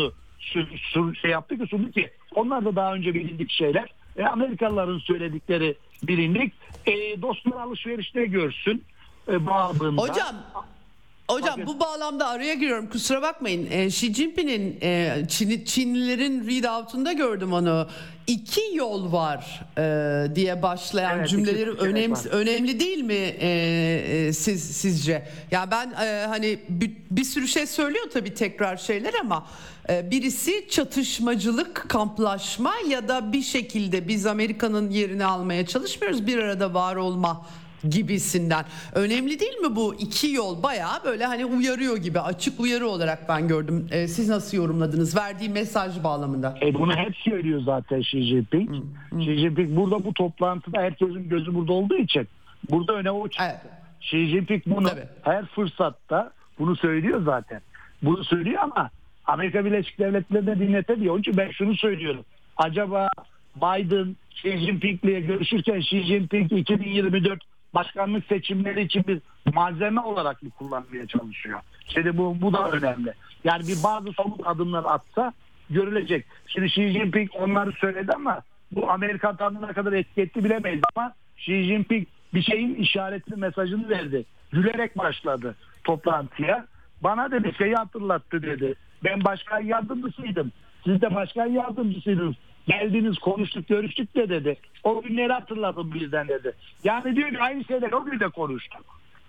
şey yaptı ki sundu ki onlar da daha önce bilindik şeyler. E, Amerikalıların söyledikleri bilindik. E, dostlar alışverişte görsün e, babında. Hocam Hocam Bakın. bu bağlamda araya giriyorum, kusura bakmayın. Ee, Xi Jinping'in e, Çin, Çinlilerin readout'unda gördüm onu. İki yol var e, diye başlayan Evet, cümleleri iki önemli var. önemli değil mi e, e, siz sizce? Ya ben e, hani bir, bir sürü şey söylüyor tabii, tekrar şeyler, ama e, birisi çatışmacılık, kamplaşma ya da bir şekilde biz Amerika'nın yerini almaya çalışmıyoruz, bir arada var olma gibisinden. Önemli değil mi bu iki yol? Bayağı böyle hani uyarıyor gibi, açık uyarı olarak ben gördüm. Ee, siz nasıl yorumladınız verdiği mesaj bağlamında? E bunu hep söylüyor zaten Xi Jinping. Hmm, hmm. Xi Jinping burada bu toplantıda herkesin gözü burada olduğu için burada öne o çıktı. Evet. Xi Jinping bunu Tabii. her fırsatta bunu söylüyor zaten. Bunu söylüyor ama Amerika Birleşik Devletleri'ne dinletemiyor. Onun için ben şunu söylüyorum. Acaba Biden Xi Jinping'le görüşürken Xi Jinping iki bin yirmi dört başkanlık seçimleri için bir malzeme olarak mı kullanmaya çalışıyor? Şimdi bu, bu da önemli. Yani bir bazı somut adımlar atsa görülecek. Şimdi Xi Jinping onları söyledi ama bu Amerikan tanrına kadar etki etti bilemeyiz, ama Xi Jinping bir şeyin işaretli mesajını verdi. Gülerek başladı toplantıya. Bana dedi şeyi hatırlattı dedi. Ben başkan yardımcısıydım. Siz de başkan yardımcısıydınız. Geldiniz, konuştuk, görüştük de dedi. O günleri hatırladım bizden dedi. Yani diyor ki aynı şeyler o gün de konuştuk.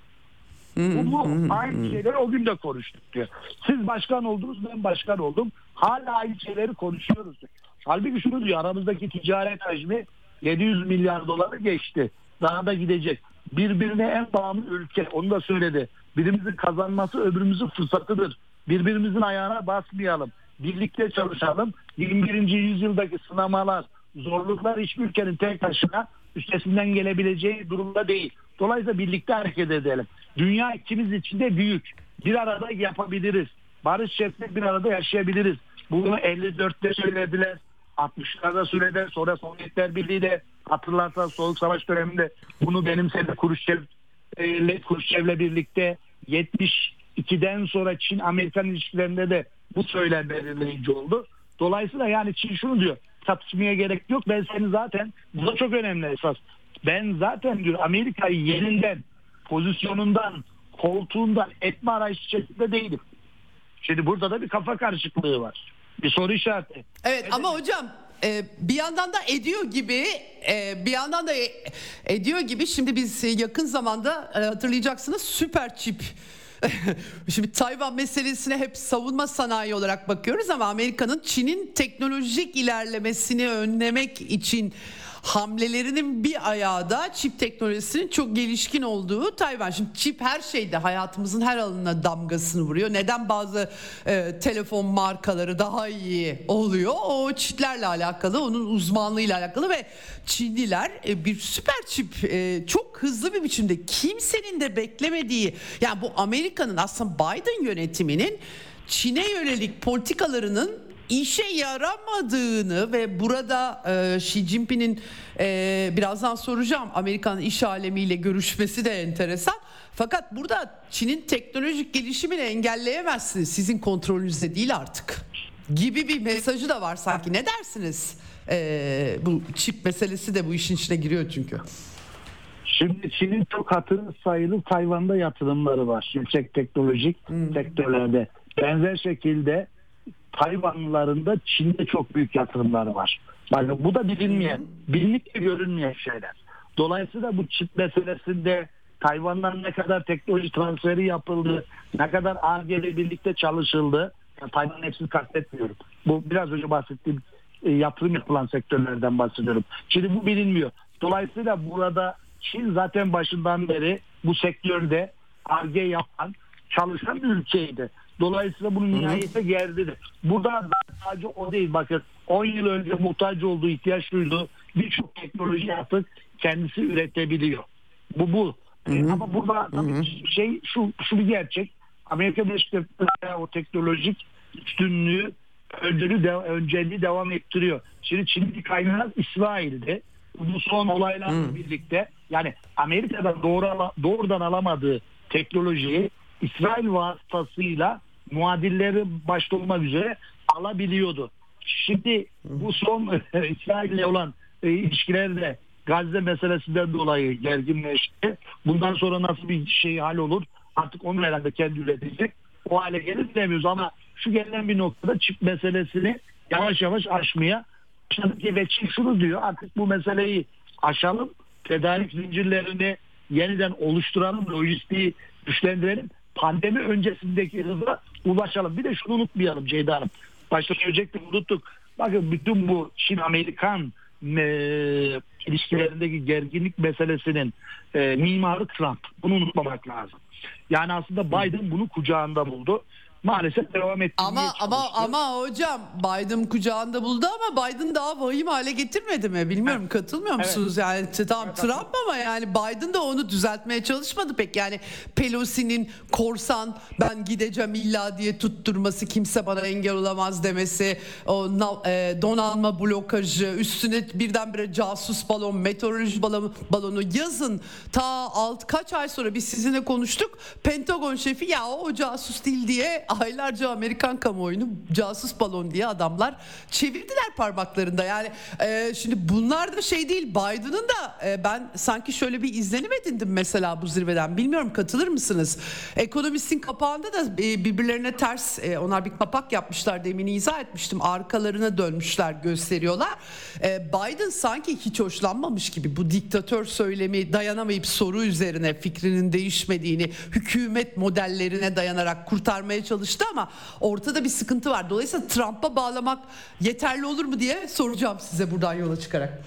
Bu, bu aynı şeyleri o gün de konuştuk diyor. Siz başkan oldunuz, ben başkan oldum. Hala aynı şeyleri konuşuyoruz. Halbuki şunu diyor, aramızdaki ticaret hacmi yedi yüz milyar doları geçti. Daha da gidecek. Birbirine en bağımlı ülke. Onu da söyledi. Birimizin kazanması öbürümüzün fırsatıdır. Birbirimizin ayağına basmayalım. Birlikte çalışalım. yirmi birinci yüzyıldaki sınamalar, zorluklar hiçbir ülkenin tek başına üstesinden gelebileceği durumda değil. Dolayısıyla birlikte hareket edelim. Dünya ikimiz için de büyük. Bir arada yapabiliriz. Barış içerisinde bir arada yaşayabiliriz. Bunu elli dörtte söylediler. altmışlarda söylediler. Sonra Sovyetler Birliği de hatırlarsan Soğuk Savaş döneminde bunu benimsedi. Khrushchev, e, Khrushchev'le birlikte yetmiş ikiden sonra Çin-Amerikan ilişkilerinde de bu söylem belirleyici oldu. Dolayısıyla yani Çin şunu diyor, çatışmaya gerek yok, ben seni zaten, bu da çok önemli esas, ben zaten diyor Amerika'yı yerinden, pozisyonundan, koltuğundan etme arayışı içerisinde değilim. Şimdi burada da bir kafa karışıklığı var. Bir soru işareti. Evet, ama hocam e, bir yandan da ediyor gibi e, bir yandan da e, ediyor gibi şimdi biz yakın zamanda e, hatırlayacaksınız süper çip. Şimdi Tayvan meselesine hep savunma sanayi olarak bakıyoruz ama Amerika'nın Çin'in teknolojik ilerlemesini önlemek için hamlelerinin bir ayağı da çip teknolojisinin çok gelişkin olduğu Tayvan. Şimdi çip her şeyde, hayatımızın her alanına damgasını vuruyor. Neden bazı e, telefon markaları daha iyi oluyor? O çiplerle alakalı, onun uzmanlığıyla alakalı ve Çinliler e, bir süper çip e, çok hızlı bir biçimde, kimsenin de beklemediği, yani bu Amerika'nın aslında Biden yönetiminin Çin'e yönelik politikalarının işe yaramadığını ve burada e, Xi Jinping'in e, birazdan soracağım, Amerikan iş alemiyle görüşmesi de enteresan. Fakat burada Çin'in teknolojik gelişimini engelleyemezsiniz. Sizin kontrolünüzde değil artık gibi bir mesajı da var sanki. Ne dersiniz? E, bu çip meselesi de bu işin içine giriyor çünkü. Şimdi Çin'in çok hatırı sayılı Tayvan'da yatırımları var. Yüksek teknolojik hmm. sektörlerde. Benzer şekilde Tayvanlıların da Çin'de çok büyük yatırımları var. Yani bu da bilinmeyen, bilinip de görünmeyen şeyler. Dolayısıyla bu çip meselesinde Tayvan'dan ne kadar teknoloji transferi yapıldı, ne kadar Ar-Ge'yle birlikte çalışıldı. Yani Tayvan'ın hepsini kastetmiyorum. Bu biraz önce bahsettiğim e, yatırım yapılan sektörlerden bahsediyorum. Şimdi bu bilinmiyor. Dolayısıyla burada Çin zaten başından beri bu sektörde Ar-Ge yapan, çalışan bir ülkeydi. Dolayısıyla bunun nihayete geldi de. Burada sadece o değil. Bakın on yıl önce muhtaç olduğu, ihtiyaç duyduğu birçok teknoloji artık kendisi üretebiliyor. Bu bu. Ee, ama burada tabii şey şu şu bir gerçek. Amerika Birleşik Devletleri o teknolojik üstünlüğü önceliği, de, önceliği devam ettiriyor. Şimdi Çin'in bir kaynağı İsrail'de. Bu son olaylarla hmm. birlikte yani Amerika'dan doğru, doğrudan alamadığı teknolojiyi İsrail vasıtasıyla muadilleri başta olmak üzere alabiliyordu. Şimdi bu son İsrail'le olan e, ilişkiler de Gazze meselesinden dolayı gerginleşti. Bundan sonra nasıl bir şey hal olur? Artık onu herhalde kendi üretecek. O hale gelir demiyoruz ama şu gelinen bir noktada çip meselesini yavaş yavaş aşmaya başladık ve Çin şunu diyor: artık bu meseleyi aşalım, tedarik zincirlerini yeniden oluşturalım, lojistiği güçlendirelim, pandemi öncesindeki hıza ulaşalım. Bir de şunu unutmayalım Ceyda Hanım. Başta söyleyecektim, unuttuk. Bakın bütün bu Çin-Amerikan e, ilişkilerindeki gerginlik meselesinin e, mimarı Trump. Bunu unutmamak lazım. Yani aslında Biden bunu kucağında buldu. Maalesef devam ettirmeye ama çalıştı. ama ama hocam Biden kucağında buldu ama Biden daha vahim hale getirmedi mi? Bilmiyorum, evet. Katılmıyor musunuz? Evet. Yani t- tam evet. Trump ama yani Biden da onu düzeltmeye çalışmadı pek. Yani Pelosi'nin korsan, ben gideceğim illa diye tutturması, kimse bana engel olamaz demesi, o e, donanma blokajı, üstüne birdenbire casus balon, meteoroloji balonu, balonu yazın ta alt kaç ay sonra biz sizinle konuştuk. Pentagon şefi ya o, o casus değil diye aylarca Amerikan kamuoyunu casus balon diye adamlar çevirdiler parmaklarında. Yani e, şimdi bunlar da şey değil, Biden'ın da e, ben sanki şöyle bir izlenim edindim mesela bu zirveden. Bilmiyorum, katılır mısınız? Ekonomistin kapağında da e, birbirlerine ters e, onlar bir kapak yapmışlar, demin izah etmiştim. Arkalarına dönmüşler, gösteriyorlar. E, Biden sanki hiç hoşlanmamış gibi bu diktatör söylemi, dayanamayıp soru üzerine fikrinin değişmediğini hükümet modellerine dayanarak kurtarmaya çalışıyor. Çalıştı ama ortada bir sıkıntı var. Dolayısıyla Trump'a bağlamak yeterli olur mu diye soracağım size buradan yola çıkarak.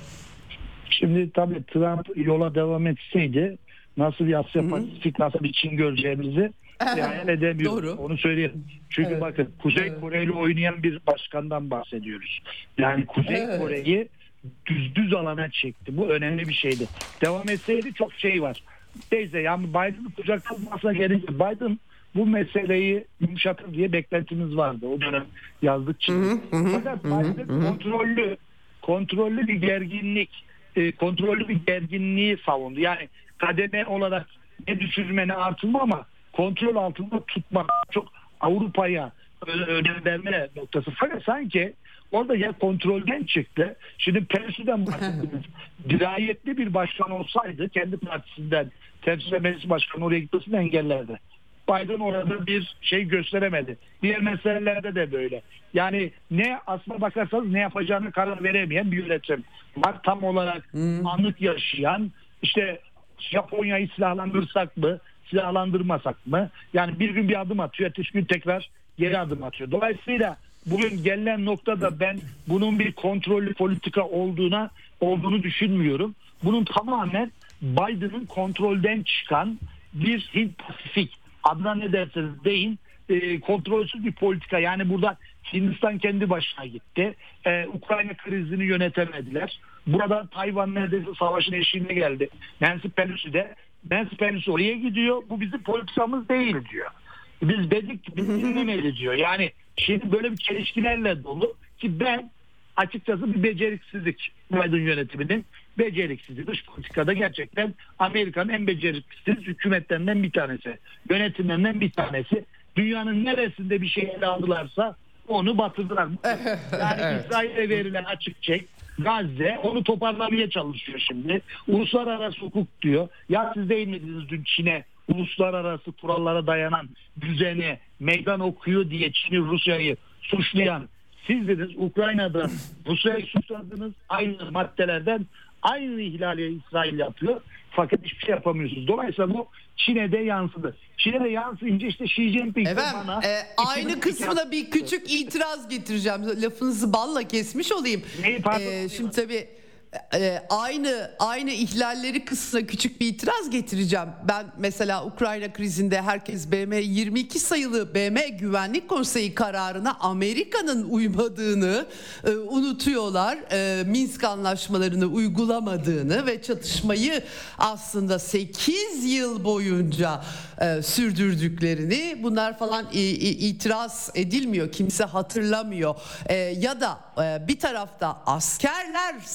Şimdi tabii Trump yola devam etseydi nasıl bir Asya Pasifik, nasıl bir Çin göreceğimizi hayal edemiyoruz. Doğru. Onu söyleyelim. Çünkü evet. Bakın Kuzey evet. Kore ile oynayan bir başkandan bahsediyoruz. Yani Kuzey evet. Kore'yi düz düz alana çekti. Bu önemli bir şeydi. Devam etseydi çok şey var. Neyse yani Biden'ın kucaklanmasına gelince Biden bu meseleyi yumuşatır diye beklentimiz vardı. O dönem yazdık Çin'de. Fakat Biden kontrollü, kontrollü bir gerginlik, e, kontrollü bir gerginliği savundu. Yani kademe olarak ne düşürme ne artırma ama kontrol altında tutmak, çok Avrupa'ya önem verme noktası. Fakat sanki orada ya kontrolden çıktı. Şimdi Pelosi'den bahsediyoruz. Dirayetli bir başkan olsaydı kendi partisinden temsil meclis başkanı oraya gitmesini engellerdi. Biden orada bir şey gösteremedi. Diğer meselelerde de böyle. Yani ne aslına bakarsanız ne yapacağını karar veremeyen bir yönetim var. Tam olarak hmm. anlık yaşayan, işte Japonya'yı silahlandırsak mı, silahlandırmasak mı? Yani bir gün bir adım atıyor, ertesi gün tekrar geri adım atıyor. Dolayısıyla bugün gelinen noktada ben bunun bir kontrollü politika olduğuna olduğunu düşünmüyorum. Bunun tamamen Biden'ın kontrolden çıkan bir Hint-Pasifik, adına ne derseniz deyin, e, kontrolsüz bir politika. Yani burada Hindistan kendi başına gitti. E, Ukrayna krizini yönetemediler. Burada Tayvan neredeyse savaşın eşiğine geldi. Nancy Pelosi de Nancy Pelosi oraya gidiyor. Bu bizim politikamız değil diyor. Biz dedik, biz dinlemeli diyor. Yani şimdi böyle bir çelişkilerle dolu ki ben açıkçası bir beceriksizlik Biden yönetiminin beceriksizliği. Dış politikada gerçekten Amerika'nın en beceriksiz hükümetlerinden bir tanesi. Yönetimlerinden bir tanesi. Dünyanın neresinde bir şey ele aldılarsa onu batırdılar. Yani evet. İsrail'e verilen açık çek, Gazze onu toparlamaya çalışıyor şimdi. Uluslararası hukuk diyor. Ya siz değil miydiniz dün Çin'e uluslararası kurallara dayanan düzeni meydan okuyor diye Çin'i, Rusya'yı suçlayan sizdiniz. Ukrayna'da Rusya'yı suçladınız. Aynı maddelerden aynı ihlali İsrail yapıyor. Fakat hiçbir şey yapamıyorsunuz. Dolayısıyla bu Çin'e de yansıdı. Çin'e de yansıyınca işte Xi Jinping Efendim, bana... E, aynı kısmına bir küçük itiraz getireceğim. Lafınızı balla kesmiş olayım. Neyi pardon? E, şimdi tabii... Ee, aynı aynı ihlalleri kısmına küçük bir itiraz getireceğim. Ben mesela Ukrayna krizinde herkes B M yirmi iki sayılı B M Güvenlik Konseyi kararına Amerika'nın uymadığını e, unutuyorlar. E, Minsk anlaşmalarını uygulamadığını ve çatışmayı aslında sekiz yıl boyunca e, sürdürdüklerini, bunlar falan e, e, itiraz edilmiyor. Kimse hatırlamıyor. E, ya da e, bir tarafta askerler savaşı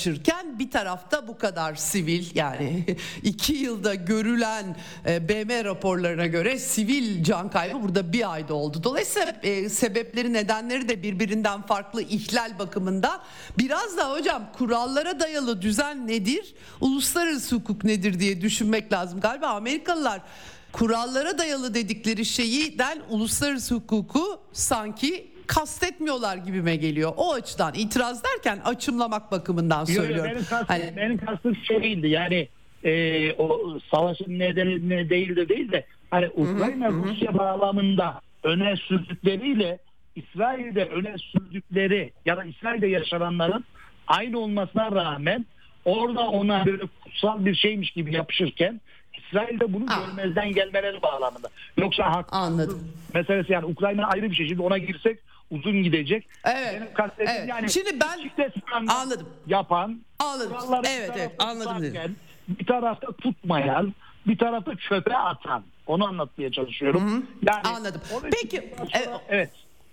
çalışırken bir tarafta bu kadar sivil, yani iki yılda görülen B M raporlarına göre sivil can kaybı burada bir ayda oldu. Dolayısıyla e, sebepleri, nedenleri de birbirinden farklı ihlal bakımında. Biraz da hocam kurallara dayalı düzen nedir, uluslararası hukuk nedir diye düşünmek lazım. Galiba Amerikalılar kurallara dayalı dedikleri şeyden uluslararası hukuku sanki kastetmiyorlar gibime geliyor. O açıdan itiraz derken açımlamak bakımından söylüyorum. Yok, benim kastım, hani... benim kastım şey değildi yani e, o savaşın nedeni ne değil de değil de hani Ukrayna Rusya bağlamında öne sürdükleriyle İsrail'de öne sürdükleri ya da İsrail'de yaşananların aynı olmasına rağmen orada ona böyle kutsal bir şeymiş gibi yapışırken İsrail'de bunu ah. görmezden gelmeleri bağlamında. Yoksa haksızlık meselesi, yani Ukrayna ayrı bir şey. Şimdi ona girsek uzun gidecek. Evet. Benim kastettiğim evet. yani Şimdi ben anladım. Yapan, anladım. Evet, evet, anladım dedim. Bir tarafta tutmayan, bir tarafta çöpe atan. Onu anlatmaya çalışıyorum. Hı hı. Yani anladım. Peki. Sonra, evet. evet.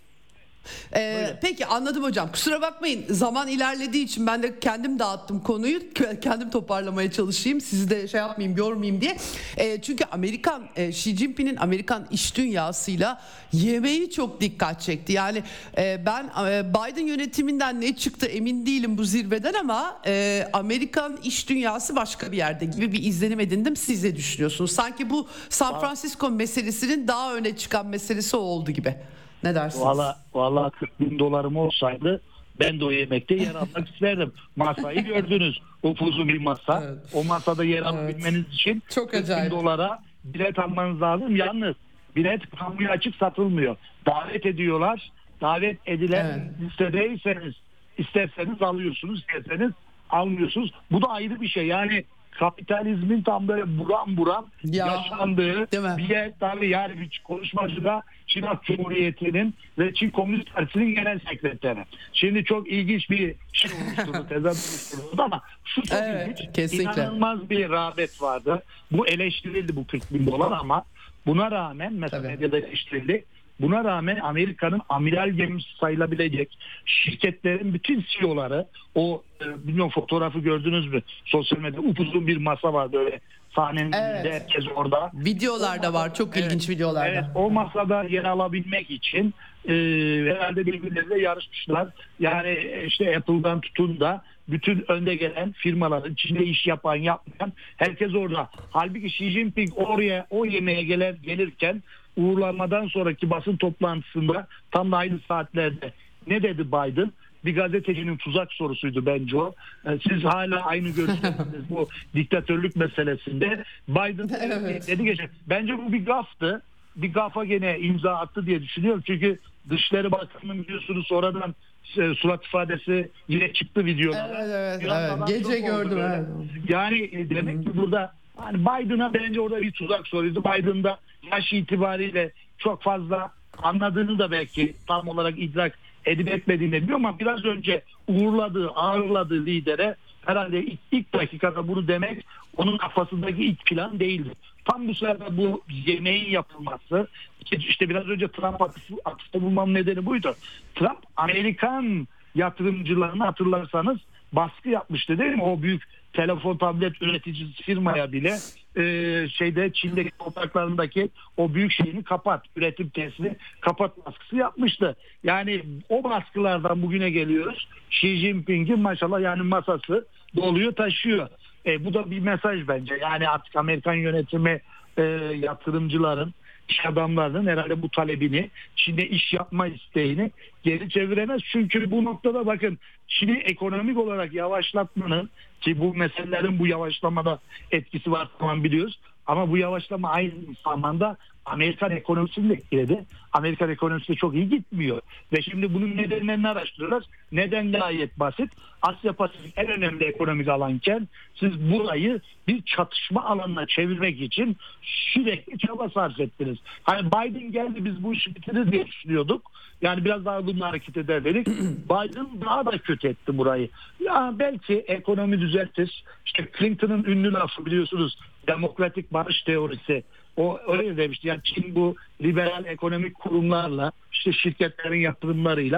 Ee, peki anladım hocam, kusura bakmayın, zaman ilerlediği için ben de kendim dağıttım konuyu, kendim toparlamaya çalışayım, sizi de şey yapmayayım, yormayayım diye. E, çünkü Amerikan e, Xi Jinping'in Amerikan iş dünyasıyla yemeği çok dikkat çekti. Yani e, ben e, Biden yönetiminden ne çıktı emin değilim bu zirveden ama e, Amerikan iş dünyası başka bir yerde gibi bir izlenim edindim. Siz ne düşünüyorsunuz? Sanki bu San Francisco meselesinin daha öne çıkan meselesi oldu gibi. Ne dersiniz? Valla valla kırk bin dolarım olsaydı ben de o yemekte yer almak isterdim. Masayı gördünüz. Upuzun bir masa. Evet. O masada yer alabilmeniz evet. için çok kırk bin dolara bilet almanız lazım. Yalnız bilet kamuya açık satılmıyor. Davet ediyorlar. Davet edilen evet. listedeyseniz isterseniz alıyorsunuz, isterseniz almıyorsunuz. Bu da ayrı bir şey. Yani kapitalizmin tam böyle buram buram ya, yaşandığı bir yer. Tabii yani bir konuşmacı da Çin Halk Cumhuriyeti'nin ve Çin Komünist Partisi'nin genel sekreteri. Şimdi çok ilginç bir şey oluşturdu, tezat oluşturdu ama şu çok evet, ilginç. Kesinlikle. İnanılmaz bir rağbet vardı. Bu eleştirildi, bu kırk bin dolar, ama buna rağmen mesela Tabii. medyada eleştirildi. Buna rağmen Amerika'nın amiral gemisi sayılabilecek şirketlerin bütün C E O'ları, o e, bilmiyorum fotoğrafı gördünüz mü? Sosyal medyada upuzun bir masa var böyle sahnenin evet. önünde, herkes orada. Videolar da var, çok evet, ilginç videolar da. Evet, o masada yer alabilmek için e, herhalde birbirleriyle yarışmışlar. Yani işte Apple'dan tutun da bütün önde gelen firmaların, içinde iş yapan yapmayan herkes orada. Halbuki Xi Jinping oraya o yemeğe gelir, gelirken uğurlanmadan sonraki basın toplantısında tam da aynı saatlerde ne dedi Biden? Bir gazetecinin tuzak sorusuydu bence o. Siz hala aynı görüştesiniz bu diktatörlük meselesinde. Biden evet. dedi geçen. Bence bu bir gaftı. Bir gafa gene imza attı diye düşünüyorum. Çünkü Dışişleri Bakanı'nın biliyorsunuz sonradan e, surat ifadesi yine çıktı videolara. Evet, evet, evet. Gece gördüm. Evet. Yani e, demek ki burada hani Biden'a bence orada bir tuzak soruydu. Biden da yaş itibariyle çok fazla anladığını da belki tam olarak idrak edip etmediğini bilmiyorum ama biraz önce uğurladığı, ağırladığı lidere herhalde ilk, ilk dakikada bunu demek onun kafasındaki ilk plan değildi. Tam bu sırada bu yemeğin yapılması, işte biraz önce Trump atıfta bulmam nedeni buydu. Trump Amerikan yatırımcılarını hatırlarsanız baskı yapmıştı değil mi? O büyük telefon tablet üreticisi firmaya bile e, şeyde Çin'deki topraklarındaki o büyük şeyini kapat, üretim tesisini kapat baskısı yapmıştı. Yani o baskılardan bugüne geliyoruz. Xi Jinping'in maşallah yani masası doluyor taşıyor. E, bu da bir mesaj bence. Yani artık Amerikan yönetimi e, yatırımcıların, iş adamlarının herhalde bu talebini, Çin'de iş yapma isteğini geri çeviremez. Çünkü bu noktada bakın Çin'i ekonomik olarak yavaşlatmanın, ki bu meselelerin bu yavaşlamada etkisi var tamam biliyoruz. Ama bu yavaşlama aynı zamanda Amerikan ekonomisini de etkiledi. Amerikan ekonomisi de çok iyi gitmiyor. Ve şimdi bunun nedenlerini araştırıyorlar. Neden gayet basit. Asya Pasifik en önemli ekonomik alanken siz burayı bir çatışma alanına çevirmek için sürekli çaba sarf ettiniz. Hani Biden geldi biz bu işi bitiririz diye düşünüyorduk. Yani biraz daha bununla hareket eder dedik. Biden daha da kötü etti burayı. Ya belki ekonomi düzeltir. İşte Clinton'ın ünlü lafı biliyorsunuz. Demokratik barış teorisi. O öyle demişti. Yani Çin bu liberal ekonomik kurumlarla, işte şirketlerin yatırımlarıyla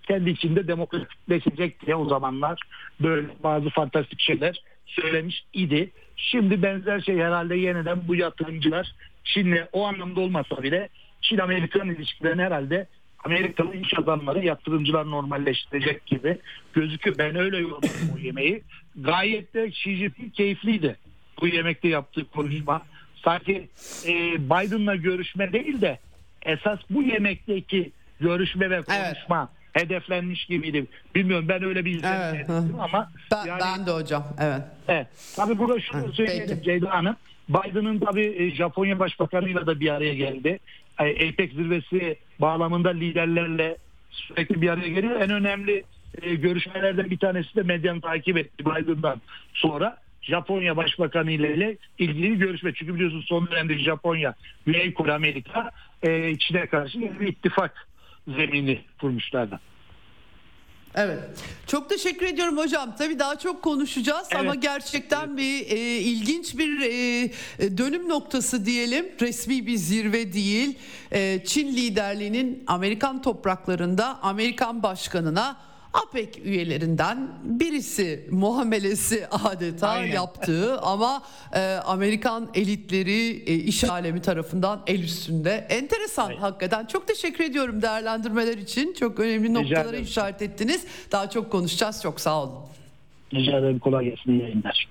kendi içinde demokratikleşecek diye o zamanlar böyle bazı fantastik şeyler söylemiş idi. Şimdi benzer şey herhalde yeniden bu yatırımcılar Çin'le o anlamda olmasa bile Çin-Amerikan ilişkilerini herhalde Amerikalı iş adamları, yatırımcılar normalleştirecek gibi gözüküyor. Ben öyle yorumladım o yemeği. Gayet de Xi Jinping keyifliydi bu yemekte yaptığı konuşma. Sanki e, Biden'la görüşme değil de esas bu yemekteki görüşme ve konuşma evet. hedeflenmiş gibiydi. Bilmiyorum, ben öyle bir izlenim evet. ettim ama ben, yani, ben de hocam. Evet. Evet. Tabii burada şunu söyleyelim Ceyda Hanım. Biden'ın tabii Japonya Başbakanı'yla da bir araya geldi. APEC zirvesi bağlamında liderlerle sürekli bir araya geliyor. En önemli e, görüşmelerden bir tanesi de medyanın takip etti Biden'dan sonra. Japonya Başbakanı ile ilgili görüşme. Çünkü biliyorsunuz son dönemde Japonya, Güney Kore, Amerika e, Çin'e karşı bir ittifak zemini kurmuşlardı. Evet. Çok teşekkür ediyorum hocam. Tabii daha çok konuşacağız evet. ama gerçekten evet. bir e, ilginç bir e, dönüm noktası diyelim. Resmi bir zirve değil. E, Çin liderliğinin Amerikan topraklarında Amerikan başkanına APEC üyelerinden birisi muamelesi adeta Aynen. yaptığı ama e, Amerikan elitleri e, iş alemi tarafından el üstünde. Enteresan Aynen. hakikaten. Çok teşekkür ediyorum değerlendirmeler için. Çok önemli noktaları işaret ettiniz. Daha çok konuşacağız. Çok sağ olun. Rica ederim. Kolay gelsin. İyi yayınlar.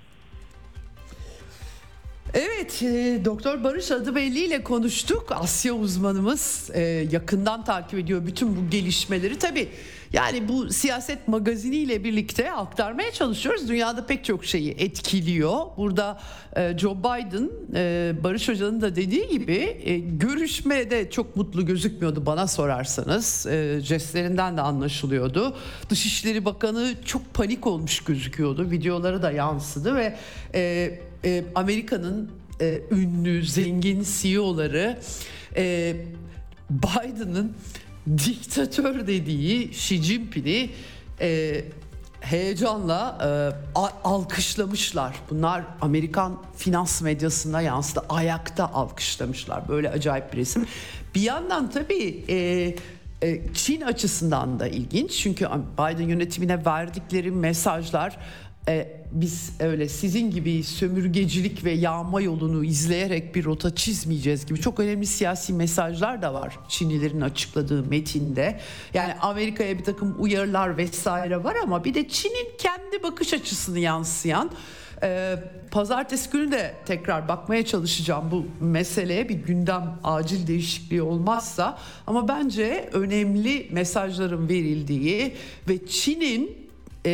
Evet, e, Doktor Barış Adıbelli ile konuştuk. Asya uzmanımız e, yakından takip ediyor bütün bu gelişmeleri. Tabii yani bu siyaset magaziniyle birlikte aktarmaya çalışıyoruz. Dünyada pek çok şeyi etkiliyor. Burada e, Joe Biden, e, Barış Hoca'nın da dediği gibi e, görüşmede çok mutlu gözükmüyordu bana sorarsanız. E, jestlerinden de anlaşılıyordu. Dışişleri Bakanı çok panik olmuş gözüküyordu. Videoları da yansıdı ve e, e, Amerika'nın e, ünlü, zengin C E O'ları e, Biden'ın diktatör dediği Xi Jinping'i e, heyecanla e, alkışlamışlar. Bunlar Amerikan finans medyasında yansıdı. Ayakta alkışlamışlar. Böyle acayip bir resim. Bir yandan tabii e, e, Çin açısından da ilginç. Çünkü Biden yönetimine verdikleri mesajlar e, biz öyle sizin gibi sömürgecilik ve yağma yolunu izleyerek bir rota çizmeyeceğiz gibi çok önemli siyasi mesajlar da var Çinlilerin açıkladığı metinde. Yani Amerika'ya bir takım uyarılar vesaire var ama bir de Çin'in kendi bakış açısını yansıyan e, pazartesi günü de tekrar bakmaya çalışacağım bu meseleye, bir gündem acil değişikliği olmazsa, ama bence önemli mesajların verildiği ve Çin'in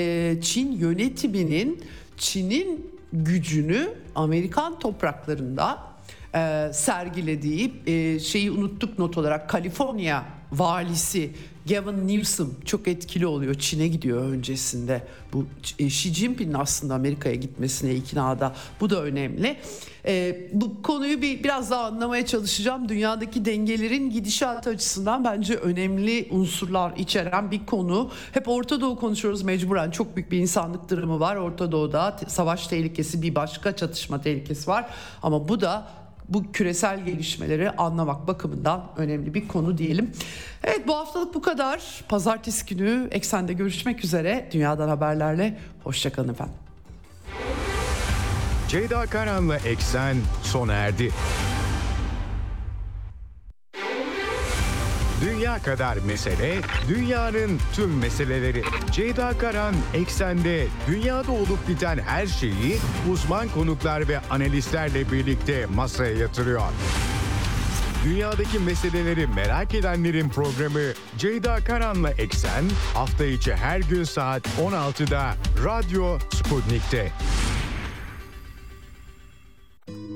Çin yönetiminin Çin'in gücünü Amerikan topraklarında e, sergilediği e, şeyi unuttuk not olarak. Kaliforniya valisi Gavin Newsom çok etkili oluyor. Çin'e gidiyor öncesinde. Bu e, Xi Jinping'in aslında Amerika'ya gitmesine iknada. Bu da önemli. E, bu konuyu bir biraz daha anlamaya çalışacağım. Dünyadaki dengelerin gidişatı açısından bence önemli unsurlar içeren bir konu. Hep Orta Doğu konuşuyoruz mecburen. Çok büyük bir insanlık dramı var Orta Doğu'da. Savaş tehlikesi, bir başka çatışma tehlikesi var. Ama bu da bu küresel gelişmeleri anlamak bakımından önemli bir konu diyelim. Evet, bu haftalık bu kadar. Pazartesi günü Eksen'de görüşmek üzere. Dünyadan haberlerle. Hoşçakalın efendim. Ceyda Karan'la Eksen sona erdi. Dünya kadar mesele, dünyanın tüm meseleleri. Ceyda Karan Eksen'de dünyada olup biten her şeyi uzman konuklar ve analistlerle birlikte masaya yatırıyor. Dünyadaki meseleleri merak edenlerin programı Ceyda Karan'la Eksen hafta içi her gün saat on altıda Radyo Sputnik'te.